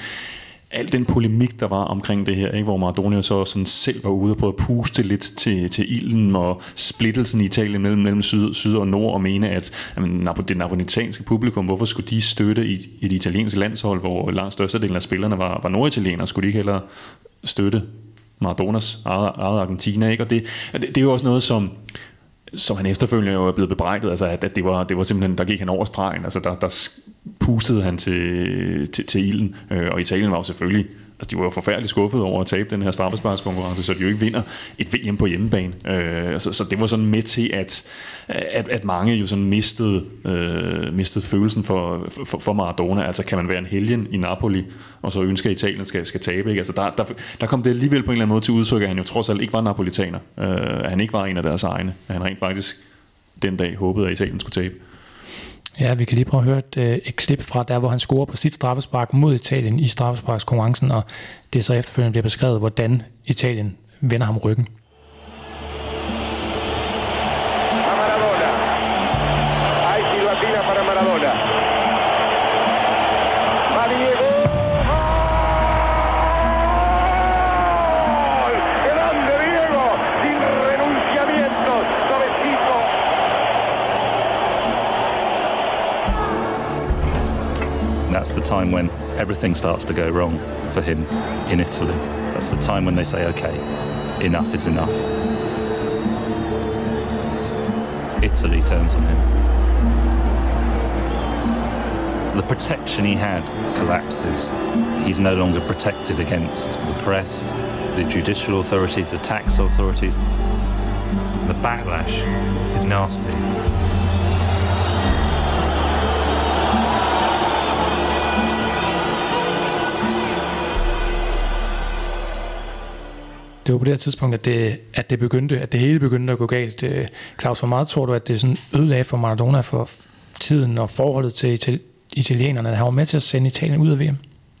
al den polemik, der var omkring det her, ikke, hvor Maradona så sådan selv var ude og prøve at puste lidt til ilden og splittelsen i Italien mellem syd og nord, og mene, at det napolitanske publikum, hvorfor skulle de støtte i et italiensk landshold, hvor langt størstedelen af spillerne var norditalienere, skulle de ikke hellere støtte Maradonas eget Argentina, ikke? Og det er jo også noget, som han efterfølgende jo er blevet bebrejdet, altså at det var simpelthen, der gik han over stregen, altså der pustede han til ilden, og Italien var jo selvfølgelig, altså de var jo forfærdeligt skuffet over at tabe den her straffesparkskonkurrence, så de jo ikke vinder et VM på hjemmebane, så det var sådan med til, at mange jo sådan mistede følelsen for Maradona, altså kan man være en helgen i Napoli, og så ønsker at Italien skal tabe, ikke? Altså der kom det alligevel på en eller anden måde til udtryk, at han jo trods alt ikke var napolitaner, at han ikke var en af deres egne, at han rent faktisk den dag håbede, at Italien skulle tabe. Ja, vi kan lige prøve at høre et klip fra der, hvor han scorer på sit straffespark mod Italien i straffesparkskonkurrencen, og det så efterfølgende bliver beskrevet, hvordan Italien vender ham ryggen. That's the time when everything starts to go wrong for him in Italy. That's the time when they say, okay, enough is enough. Italy turns on him. the protection he had collapses. He's no longer protected against the press, the judicial authorities, the tax authorities. The backlash is nasty. Det var på det her tidspunkt, at det hele begyndte at gå galt. Claus, hvor meget tror du, at det sådan ødelagde for Maradona for tiden og forholdet til italienerne, at han var med til at sende Italien ud af VM?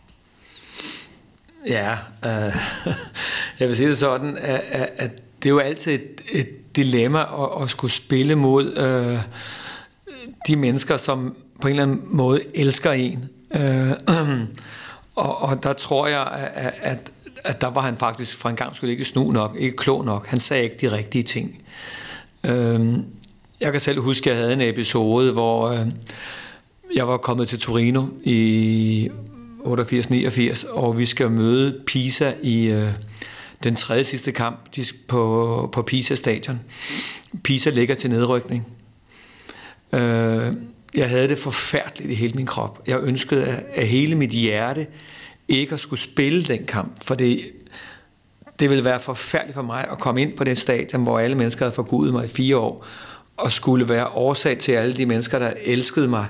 Ja, jeg vil sige det sådan, at det er jo altid et dilemma at skulle spille mod de mennesker, som på en eller anden måde elsker en. Og der tror jeg, at der var han faktisk for en gang skulle ikke snu nok, ikke klog nok. Han sagde ikke de rigtige ting. Jeg kan selv huske, at jeg havde en episode, hvor jeg var kommet til Torino i 88-89, og vi skal møde Pisa i den tredje sidste kamp på Pisa stadion. Pisa ligger til nedrykning. Jeg havde det forfærdeligt i hele min krop. Jeg ønskede af hele mit hjerte ikke at skulle spille den kamp, for det ville være forfærdeligt for mig at komme ind på den stadion, hvor alle mennesker havde forgudet mig i 4 år, og skulle være årsag til alle de mennesker, der elskede mig,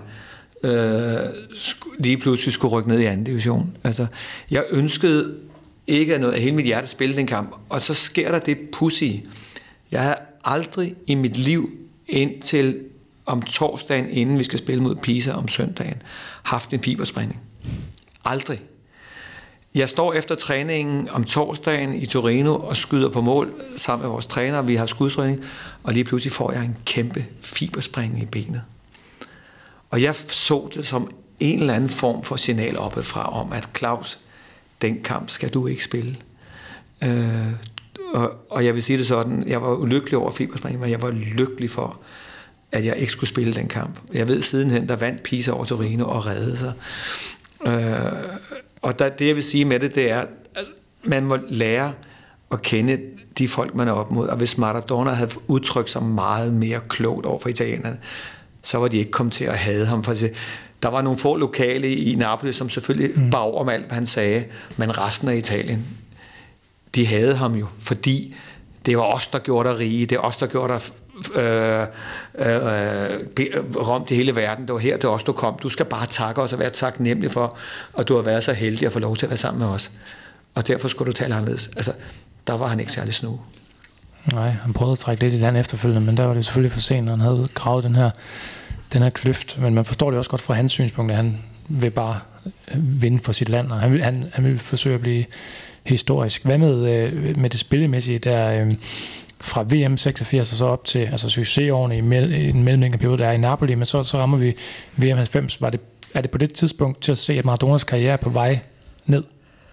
lige pludselig skulle rykke ned i anden division. Altså, jeg ønskede ikke af hele mit hjerte at spille den kamp, og så sker der det pudsige. Jeg havde aldrig i mit liv indtil om torsdagen, inden vi skal spille mod Pisa om søndagen, haft en fibersprængning. Aldrig. Jeg står efter træningen om torsdagen i Torino og skyder på mål sammen med vores træner. Vi har skudstræning, og lige pludselig får jeg en kæmpe fibersprængning i benet. Og jeg så det som en eller anden form for signal oppefra om, at Claus, den kamp skal du ikke spille. Og jeg vil sige det sådan, jeg var ulykkelig over fibersprængningen, men jeg var lykkelig for, at jeg ikke skulle spille den kamp. Jeg ved sidenhen, der vandt Pisa over Torino og reddede sig. Og det jeg vil sige med det er, altså, man må lære at kende de folk, man er op mod. Og hvis Maradona havde udtrykt sig meget mere klogt over for italienerne, så var de ikke kommet til at hade ham. For der var nogle få lokale i Napoli, som selvfølgelig bar over med alt, hvad han sagde, men resten af Italien, de havde ham jo, fordi det var os, der gjorde dig rige, det er os, der gjorde dig Rom til hele verden. Det var her, det var os, du kom. Du skal bare takke os og være taknemmelig for, at du har været så heldig at få lov til at være sammen med os. Og derfor skulle du tale anderledes. Altså, der var han ikke særlig snu. Nej, han prøvede at trække lidt i land efterfølgende, men der var det selvfølgelig for sent, når han havde gravet den her kløft. Men man forstår det også godt fra hans synspunkt, at han vil bare vinde for sit land, og han vil forsøge at blive historisk. Hvad med det spillemæssige der fra VM 86 og så op til altså succesårene i en mellemliggende periode, der er i Napoli, men så rammer vi VM 90. Er det på det tidspunkt til at se, at Maradonas karriere er på vej ned?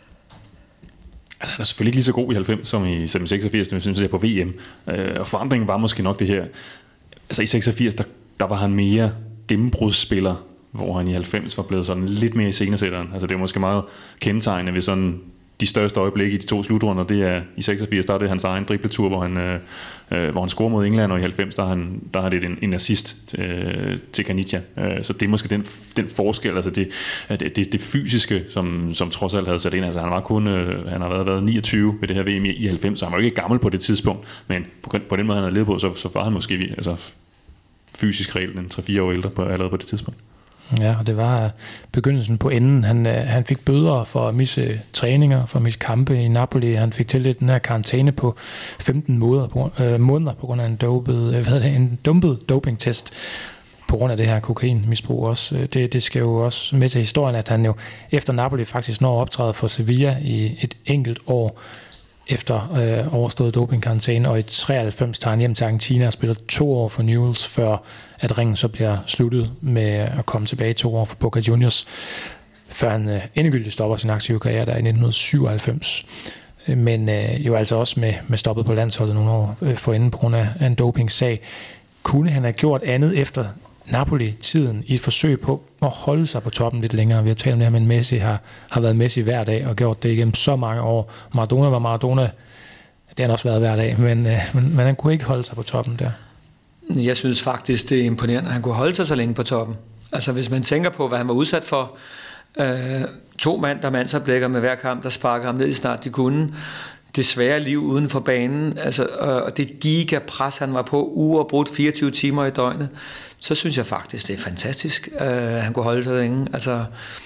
Altså, han er selvfølgelig ikke lige så god i 90 som i 86, men synes jeg på VM. Og forandringen var måske nok det her. Altså i 86, der var han mere gennembrudsspiller, hvor han i 90 var blevet sådan lidt mere i scenesætteren. Altså det er måske meget kendetegnende ved sådan de største øjeblikke i de 2 slutrunder. Det er i 86, der er det hans egen dribletur, hvor han scorer mod England, og i 90, der har det en assist til Caniggia. Så det er måske den forskel, altså det fysiske, som trods alt havde sat ind. Altså han har været 29 ved det her VM i 90, så han var jo ikke gammel på det tidspunkt, men på den måde, han havde levet på, så var han måske fysisk reelt en 3-4 år ældre allerede på det tidspunkt. Ja, og det var begyndelsen på enden. Han fik bøder for at misse træninger, for at misse kampe i Napoli. Han fik tildelt den her karantæne på 15 måneder på grund af en dumpet dopingtest på grund af det her kokainmisbrug også. Det skal jo også med til historien, at han jo efter Napoli faktisk når optræde for Sevilla i et enkelt år efter overstået dopingkarantæne, og i 93 tager han hjem til Argentina og spiller 2 år for Newell's, før at ringen så bliver sluttet med at komme tilbage 2 år for Boca Juniors, før han endegyldigt stopper sin aktive karriere der i 1997. Men jo altså også med stoppet på landsholdet nogle år forinden på grund af en dopingsag. Kunne han have gjort andet efter Napoli-tiden i et forsøg på at holde sig på toppen lidt længere? Vi har talt om det her, men Messi har været Messi hver dag og gjort det igennem så mange år. Maradona var Maradona, det har han også været hver dag, men han kunne ikke holde sig på toppen der. Jeg synes faktisk, det er imponerende, at han kunne holde sig så længe på toppen. Altså hvis man tænker på, hvad han var udsat for, 2 mand, der mandsopdækker med hver kamp, der sparker ham ned i snart de kunne, det svære liv uden for banen, altså, og det gigapres, han var på, uafbrudt 24 timer i døgnet, så synes jeg faktisk, det er fantastisk, han kunne holde sig længe. Altså,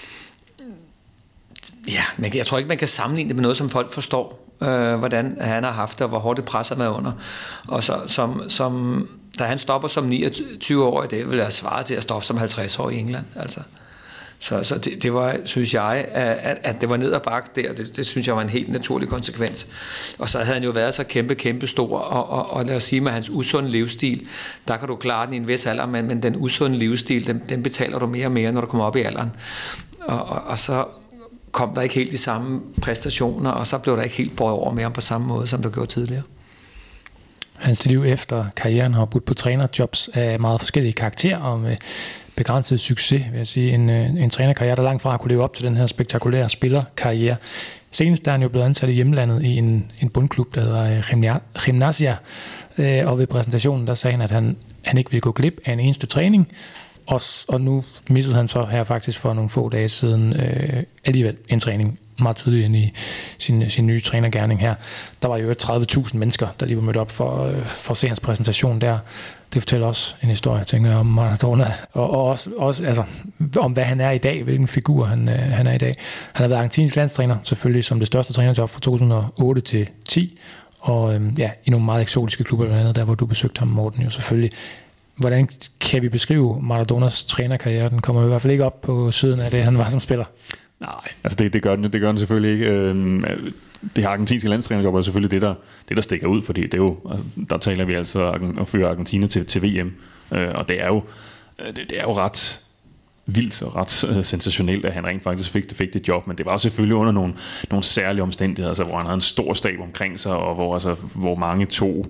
ja, jeg tror ikke, man kan sammenligne det med noget, som folk forstår, hvordan han har haft det, og hvor hårdt det presser med under. Og så, da han stopper som 29 år, det vil jeg svare til at stoppe som 50 år i England, altså. Så det var, synes jeg, at det var ned ad bakke der, det synes jeg var en helt naturlig konsekvens. Og så havde han jo været så kæmpe stor, og lad os sige med hans usunde livsstil, der kan du klare den i en vis alder, men den usunde livsstil, den betaler du mere og mere, når du kommer op i alderen. Og så kom der ikke helt de samme præstationer, og så blev der ikke helt båret over med ham på samme måde, som der gjorde tidligere. Hans liv efter karrieren har budt på trænerjobs af meget forskellige karakterer, og med begrænset succes, vil jeg sige. En trænerkarriere, der langt fra kunne leve op til den her spektakulære spillerkarriere. Senest er han jo blevet ansat i hjemlandet i en bundklub, der hedder Gimnasia, og ved præsentationen, der sagde han, at han ikke ville gå glip af en eneste træning, og nu missede han så her faktisk for nogle få dage siden alligevel en træning meget tidligt ind i sin nye trænergerning her. Der var jo 30.000 mennesker, der lige var mødt op for at se hans præsentation der. Det fortæller også en historie, tænker jeg, om Maradona, og også altså, om hvad han er i dag, hvilken figur han er i dag. Han har været argentinsk landstræner, selvfølgelig som det største trænerjob fra 2008 til 10, og i nogle meget eksotiske klubber, blandt andet der, hvor du besøgte ham, Morten, jo selvfølgelig. Hvordan kan vi beskrive Maradonas trænerkarriere? Den kommer i hvert fald ikke op på siden af det, han var som spiller. Nej, altså det gør den selvfølgelig ikke. Det her argentinske landstrænerjob er selvfølgelig det, der stikker ud, fordi det er jo, altså, der taler vi altså at føre Argentina til VM, og det er jo ret vildt og ret sensationelt, at han rent faktisk fik det job, men det var selvfølgelig under nogle særlige omstændigheder, altså, hvor han havde en stor stab omkring sig, og hvor mange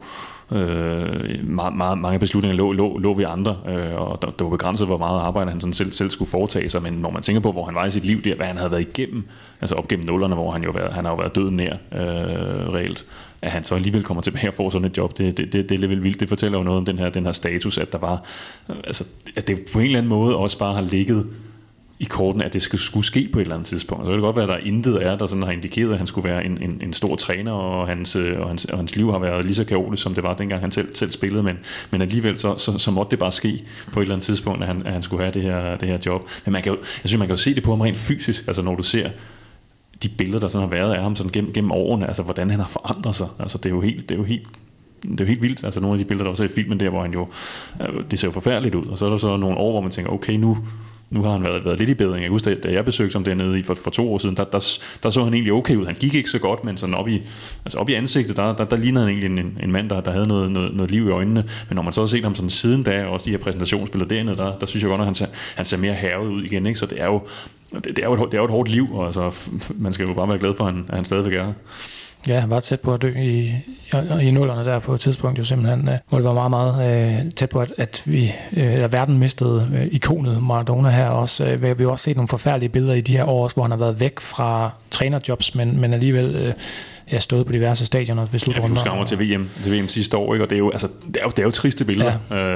mange beslutninger lå ved andre, og det var begrænset, hvor meget arbejde han sådan selv skulle foretage sig, men når man tænker på, hvor han var i sit liv, hvad han havde været igennem, altså op gennem nullerne, hvor han har jo været døden nær reelt, at han så alligevel kommer tilbage og får sådan et job, det er lidt vildt. Det fortæller jo noget om den her status, at der var, altså, at det på en eller anden måde også bare har ligget i korten, at det skulle ske på et eller andet tidspunkt. Så kan det godt være, at der intet der sådan har indikeret, at han skulle være en stor træner, og hans liv har været lige så kaotisk, som det var, dengang han selv spillede, men alligevel så måtte det bare ske på et eller andet tidspunkt, at han skulle have det her job. Men jeg synes, man kan jo se det på ham rent fysisk, altså når du ser de billeder, der sådan har været af ham sådan gennem årene, altså hvordan han har forandret sig. Altså det er jo helt vildt. Altså nogle af de billeder, der også er i filmen der, hvor han jo, det ser jo forfærdeligt ud, og så er der så nogle år, hvor man tænker, okay, nu har han været lidt i bedring. Jeg husker, da jeg besøgte ham dernede for 2 år siden, der så han egentlig okay ud. Han gik ikke så godt, men sådan op i ansigtet, der lignede han egentlig en mand, der havde noget liv i øjnene. Men når man så har set ham sådan siden da, og også de her præsentationsbilleder dernede, der synes jeg godt, at han ser mere hærget ud igen. Ikke? Så det er jo et hårdt liv, og altså, man skal jo bare være glad for, at han stadigvæk er her. Ja, han var tæt på at dø i nullerne der på et tidspunkt, jo simpelthen, hvor det var meget, meget tæt på, at verden mistede ikonet Maradona her også. Vi har også set nogle forfærdelige billeder i de her år, hvor han har været væk fra trænerjobs, men alligevel stået på diverse stadioner ved slutrunder. Ja, vi husker til VM sidste år, ikke? Og det er jo triste billeder,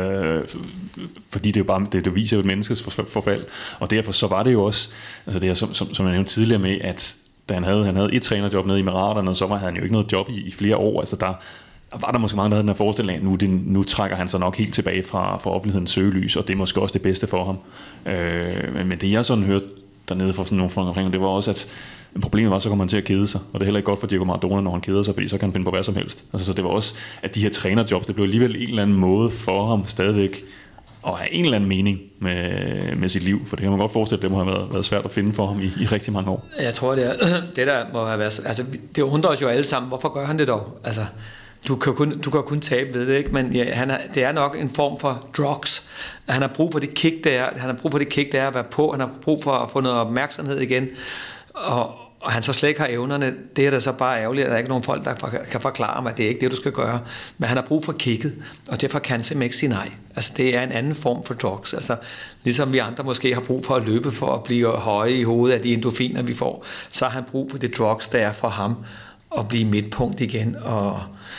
fordi det viser jo et menneskes forfald, og derfor så var det jo også, altså det er som jeg nævnte tidligere med, at da han havde et trænerjob nede i Emiraterne, og så havde han jo ikke noget job i flere år. Altså der var der måske mange, der havde den her forestilling, at nu trækker han sig nok helt tilbage fra offentlighedens søgelys, og det er måske også det bedste for ham. Men det jeg sådan hørte dernede fra sådan nogle folk omkring, det var også, at problemet var, så kommer han til at kede sig, og det er heller ikke godt for Diego Maradona, når han keder sig, fordi så kan han finde på hvad som helst. Altså, så det var også, at de her trænerjobs, det blev alligevel en eller anden måde for ham stadigvæk at have en eller anden mening med sit liv, for det kan man godt forestille, det må have været svært at finde for ham i rigtig mange år. Jeg tror, det der må have været, altså det undrer os jo alle sammen, hvorfor gør han det dog? Altså, du kan kun tabe ved det, ikke? Men ja, det er nok en form for drugs. Han har brug for det kick der, at være på, han har brug for at få noget opmærksomhed igen, og han så slet ikke har evnerne, det er da så bare ærgerligt, at der er ikke nogen folk, der kan forklare ham, at det er ikke det, du skal gøre. Men han har brug for kicket, og derfor kan han simpelthen ikke sige nej. Altså, det er en anden form for drugs. Altså, ligesom vi andre måske har brug for at løbe for at blive høje i hovedet af de endorfiner, vi får, så har han brug for det drugs, der er for ham at blive midtpunkt igen. Og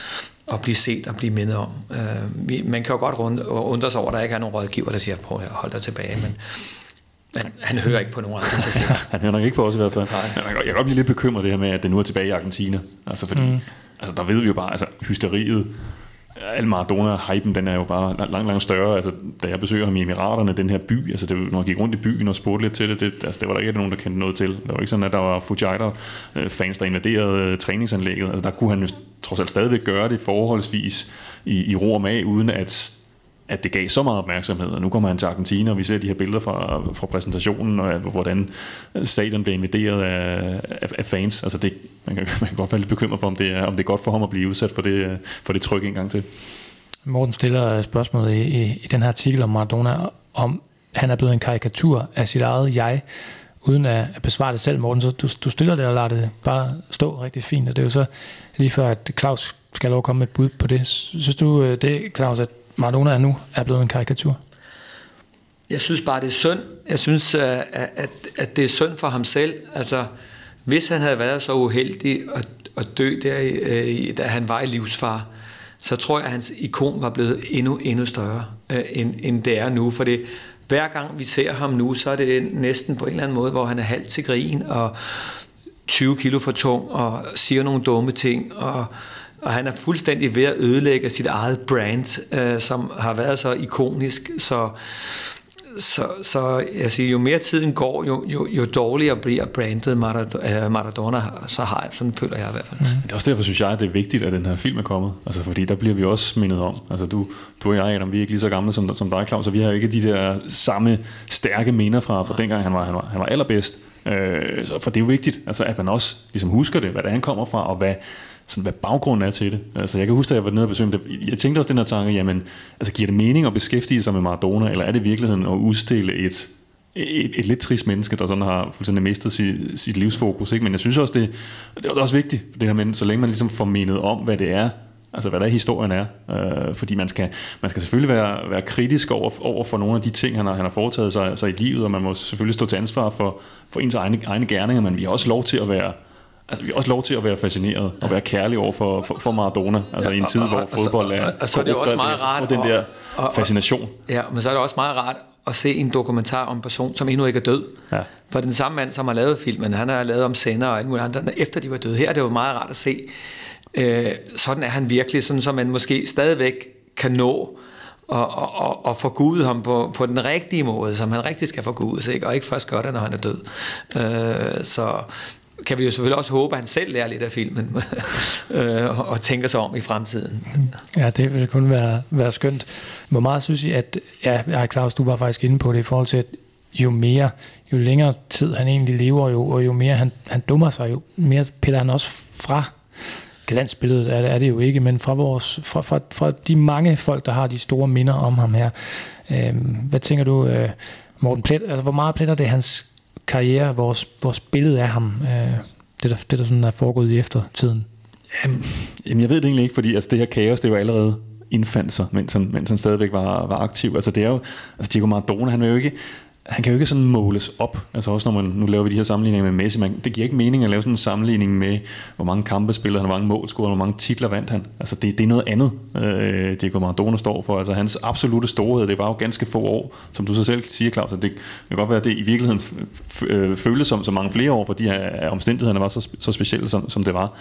at blive set og blive mindet om. Man kan jo godt undre sig over, at der ikke er nogen rådgiver, der siger, prøv at holde dig tilbage, men han hører ikke på nogen andre til sig. Han hører nok ikke på os i hvert fald. Jeg kan godt blive lidt bekymret det her med, at det nu er tilbage i Argentina. Altså fordi, altså der ved vi jo bare, altså hysteriet, al Maradona-hypen, den er jo bare langt større. Altså, da jeg besøger ham i Emiraterne, den her by, altså det, når jeg gik rundt i byen og spurgte lidt til det, det var der ikke nogen, der kendte noget til. Det var ikke sådan, at der var Fujairah-fans, der invaderede træningsanlægget. Altså der kunne han jo trods alt stadigvæk gøre det forholdsvis i ro og mag, uden at det gav så meget opmærksomhed. Og nu kommer han til Argentina, og vi ser de her billeder fra præsentationen, og hvordan stadion bliver invaderet af fans. Altså det, man kan godt være lidt bekymret for, om det er godt for ham at blive udsat for det tryk en gang til. Morten stiller spørgsmålet i den her artikel om Maradona, om han er blevet en karikatur af sit eget jeg, uden at besvare det selv, Morten. Så du stiller det og lader det bare stå rigtig fint, og det er jo så lige før, at Claus skal lov at komme med et bud på det. Synes du det, Claus, at Maradona nu er blevet en karikatur? Jeg synes bare, det er synd. Jeg synes, at det er synd for ham selv. Altså, hvis han havde været så uheldig at dø der, da han var i livsfare, så tror jeg, at hans ikon var blevet endnu større, end det er nu. For det, hver gang vi ser ham nu, så er det næsten på en eller anden måde, hvor han er halvt til grin, og 20 kilo for tung, og siger nogle dumme ting, og han er fuldstændig ved at ødelægge sit eget brand, som har været så ikonisk. Så jeg siger, jo mere tiden går, jo dårligere bliver brandet Maradona, sådan føler jeg i hvert fald. Det er også derfor, synes jeg, at det er vigtigt, at den her film er kommet. Altså, fordi der bliver vi også mindet om. Altså, du og jeg, Adam, vi er ikke lige så gamle som dig, Claus, så vi har jo ikke de der samme stærke minder fra dengang han var allerbedst. For det er jo vigtigt, altså, at man også ligesom husker det, hvad der han kommer fra, og hvad baggrunden er til det. Altså, jeg kan huske, at jeg var nede og besøgte det. Jeg tænkte også den her tanke, jamen, altså, giver det mening at beskæftige sig med Maradona, eller er det i virkeligheden at udstille et lidt trist menneske, der sådan har fuldstændig mistet sit livsfokus, ikke? Men jeg synes også, det er også vigtigt, det her med, så længe man ligesom får menet om, hvad det er, altså hvad der historien er. Fordi man skal selvfølgelig være kritisk over for nogle af de ting, han har foretaget sig i livet, og man må selvfølgelig stå til ansvar for ens egne gerninger, men vi har også lov til at være fascineret og være kærlig over for Maradona, altså i en tid, hvor fodbold er så er det også meget rart den der fascination. Ja, men så er det også meget rart at se en dokumentar om en person, som endnu ikke er død. Ja. For den samme mand, som har lavet filmen, han har lavet om Senna og alt muligt andet, efter de var døde. Her er det jo meget rart at se. Sådan er han virkelig, sådan som man måske stadigvæk kan nå og forgude ham på den rigtige måde, som han rigtig skal forgudes, ikke? Og ikke først gøre det, når han er død. Så kan vi jo selvfølgelig også håbe, at han selv lærer lidt af filmen og tænker sig om i fremtiden. Ja, det vil kun være skønt. Hvor meget synes I, at Claus, du var faktisk inde på det i forhold til, at jo længere tid han egentlig lever, og jo mere han dummer sig, jo mere piller han også fra glansbilledet, er det jo ikke, men fra de mange folk, der har de store minder om ham her. Hvad tænker du, Morten Plet? Altså, hvor meget pletter det hans karriere, vores billede af ham, det der sådan er foregået i eftertiden? Jamen, jeg ved det egentlig ikke, fordi altså, det her kaos, det var allerede indfandt sig, mens han stadigvæk var aktiv. Altså, det er jo, altså Diego Maradona, han kan jo ikke sådan måles op. Altså også når nu laver vi de her sammenligninger med Messi, det giver ikke mening at lave sådan en sammenligning med, hvor mange kampe spillede han, hvor mange mål scorede, hvor mange titler vandt han. Altså det er noget andet, Diego Maradona står for. Altså hans absolute storhed, det var jo ganske få år, som du så selv siger, Claus, at det kan godt være, at det i virkeligheden føles som så mange flere år, fordi omstændighederne var så specielle, som det var.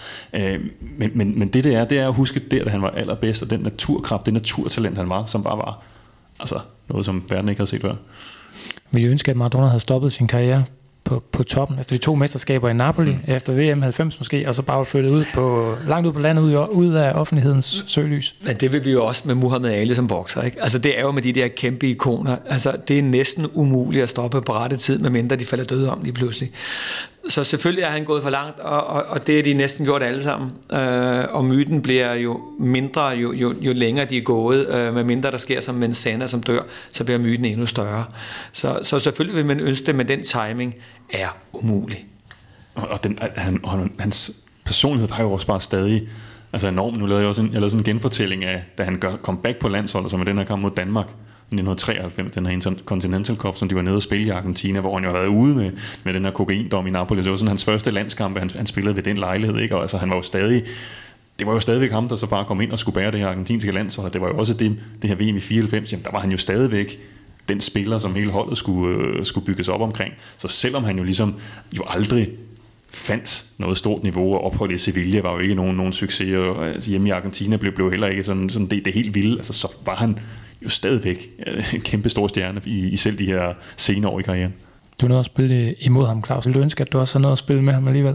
Men det er at huske der, da han var allerbedst, og den naturkraft, det naturtalent, han var, som bare var altså noget, som verden ikke havde set før. Vil jeg ønske, at Maradona havde stoppet sin karriere på toppen efter de 2 mesterskaber i Napoli, efter VM 90 måske, og så bare flyttet langt ud på landet, ud af offentlighedens søgelys. Men det vil vi jo også med Muhammad Ali som bokser, ikke? Altså det er jo med de der kæmpe ikoner. Altså det er næsten umuligt at stoppe på rette tid, medmindre de falder døde om lige pludselig. Så selvfølgelig er han gået for langt, og det er de næsten gjort alle sammen. Og myten bliver jo mindre, jo længere de er gået. Med mindre der sker som med Senna, som dør, så bliver myten endnu større. Så selvfølgelig vil man ønske det, men den timing er umulig. Og hans personlighed var jo også bare stadig altså enorm. Nu lavede jeg sådan en genfortælling af, da han kom back på landsholdet, som er den her kamp mod Danmark, 1993, den her Intercontinental Cup, som de var nede og spille i Argentina, hvor han jo havde været ude med den her kokaindom i Napoli. Det var sådan hans første landskamp, han spillede ved den lejlighed, ikke? Og altså, han var jo stadig det var jo stadigvæk ham, der så bare kom ind og skulle bære det her argentinske landshold. Det var jo også det her VM i 94, jamen der var han jo stadigvæk den spiller, som hele holdet skulle bygges op omkring. Så selvom han jo ligesom aldrig fandt noget stort niveau, og opholdet i Sevilla var jo ikke nogen succes, og altså hjemme i Argentina blev heller ikke sådan det helt vilde, altså så var han jo stadigvæk en kæmpe stor stjerne i selv de her senere år i karrieren. Du nåede at spille imod ham, Claus. Vil du ønske, at du også har noget at spille med ham alligevel?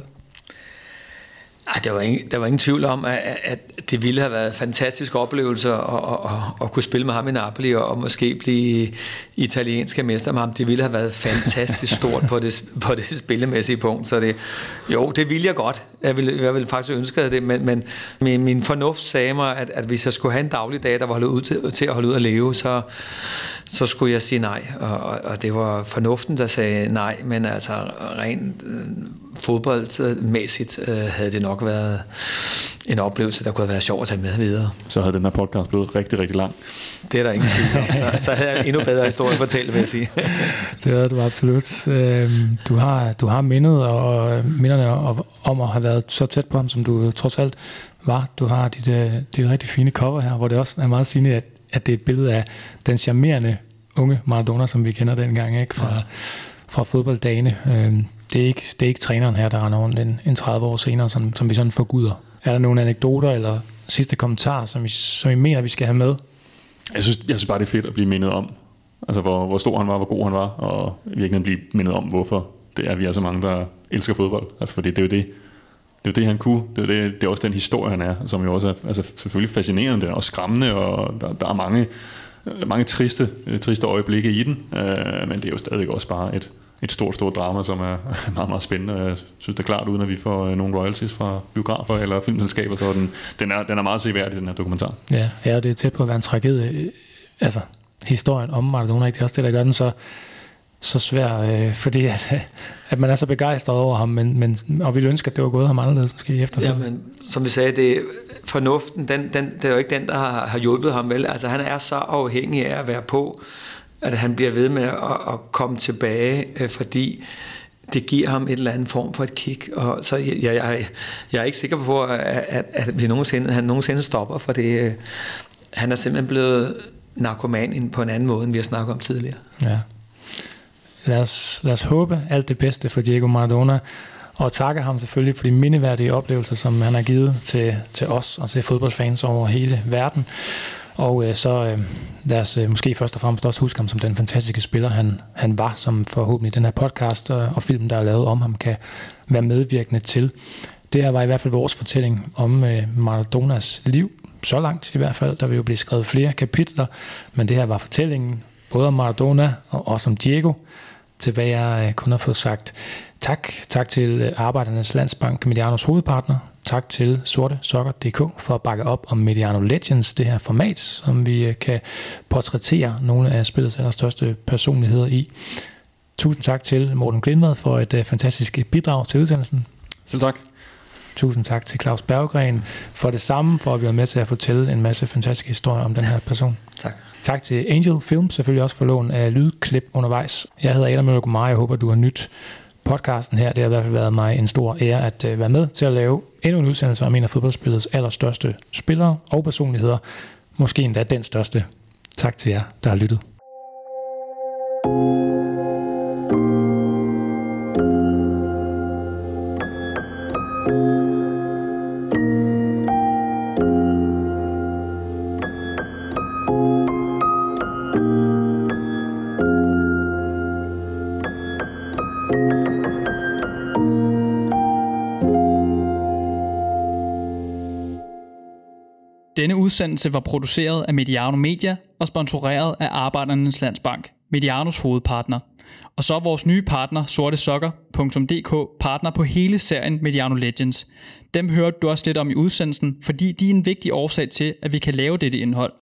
Der var ingen tvivl om, at det ville have været en fantastisk oplevelse at kunne spille med ham i Napoli og måske blive italienske mester med ham. Det ville have været fantastisk stort på det spillemæssige punkt. Så det ville jeg godt. Jeg ville faktisk ønske det, men min fornuft sagde mig, at hvis jeg skulle have en daglig dag, der var holdt ud til at holde ud at leve, så skulle jeg sige nej. Og det var fornuften, der sagde nej, men altså rent fodboldmæssigt havde det nok været en oplevelse, der kunne have været sjov at tage med videre. Så havde den her podcast blevet rigtig, rigtig lang. Det er der ingen tvivl om. Så havde jeg en endnu bedre historie at fortælle, vil jeg sige. Det havde du absolut. Du har minderne om at have været så tæt på ham, som du trods alt var. Du har dit rigtig fine cover her, hvor det også er meget sigende, at det er et billede af den charmerende unge Maradona, som vi kender dengang, ikke? Fra fodbolddagene. Det er ikke træneren her, der render rundt en 30 år senere, som vi sådan forguder. Er der nogle anekdoter eller sidste kommentarer, som I mener, vi skal have med? Jeg synes bare, det er fedt at blive mindet om. Altså, hvor stor han var, hvor god han var, og virkelig blive mindet om, hvorfor det er, vi er så mange, der elsker fodbold. Altså, fordi det er jo det. Det er jo det, han kunne. Det er også den historie, han er, som jo også er altså, selvfølgelig fascinerende. Den er også skræmmende, og der er mange triste øjeblikke i den. Men det er jo stadigvæk også bare et stort drama, som er meget, meget spændende. Jeg synes, det er klart, uden at vi får nogle royalties fra biografer eller filmselskaber, så den er meget seværdig, den her dokumentar. Ja, det er tæt på at være en tragedie. Altså, historien om Maradona, ikke? Det er også det, der gør den så svær, fordi at man er så begejstret over ham, og ville ønske, at det var gået ham anderledes måske efterfølgende. Jamen, som vi sagde, fornuften, det er jo ikke den, der har hjulpet ham, vel? Altså, han er så afhængig af at være på, at han bliver ved med at komme tilbage, fordi det giver ham et eller andet form for et kick. Og så jeg er ikke sikker på, at han nogensinde stopper, for det. Han er simpelthen blevet narkoman på en anden måde, end vi har snakket om tidligere. Ja. Lad os håbe alt det bedste for Diego Maradona, og takke ham selvfølgelig for de mindeværdige oplevelser, som han har givet til os og til fodboldfans over hele verden. Og så lad os måske først og fremmest også huske ham som den fantastiske spiller, han var, som forhåbentlig den her podcast og film, der er lavet om ham, kan være medvirkende til. Det her var i hvert fald vores fortælling om Maradonas liv, så langt i hvert fald. Der vil jo blive skrevet flere kapitler, men det her var fortællingen både om Maradona og også om Diego. Tilbage jeg kun har fået sagt tak til Arbejdernes Landsbank, Medianos hovedpartner. Tak til sortesokker.dk for at bakke op om Mediano Legends, det her format, som vi kan portrættere nogle af spillets allerstørste personligheder i. Tusind tak til Morten Glindvad for et fantastisk bidrag til udsendelsen. Selv tak. Tusind tak til Claus Berggren for det samme, for at være med til at fortælle en masse fantastiske historier om den her person. Tak. Tak til Angel Film, selvfølgelig også for lån af lydklip undervejs. Jeg hedder Adam Møller Gomar, jeg håber, du har nyt podcasten her. Det har i hvert fald været mig en stor ære at være med til at lave endnu en udsendelse om en af fodboldspillets allerstørste spillere og personligheder. Måske endda den største. Tak til jer, der har lyttet. Denne udsendelse var produceret af Mediano Media og sponsoreret af Arbejdernes Landsbank, Medianos hovedpartner. Og så er vores nye partner, sortesokker.dk, partner på hele serien Mediano Legends. Dem hørte du også lidt om i udsendelsen, fordi de er en vigtig årsag til, at vi kan lave dette indhold.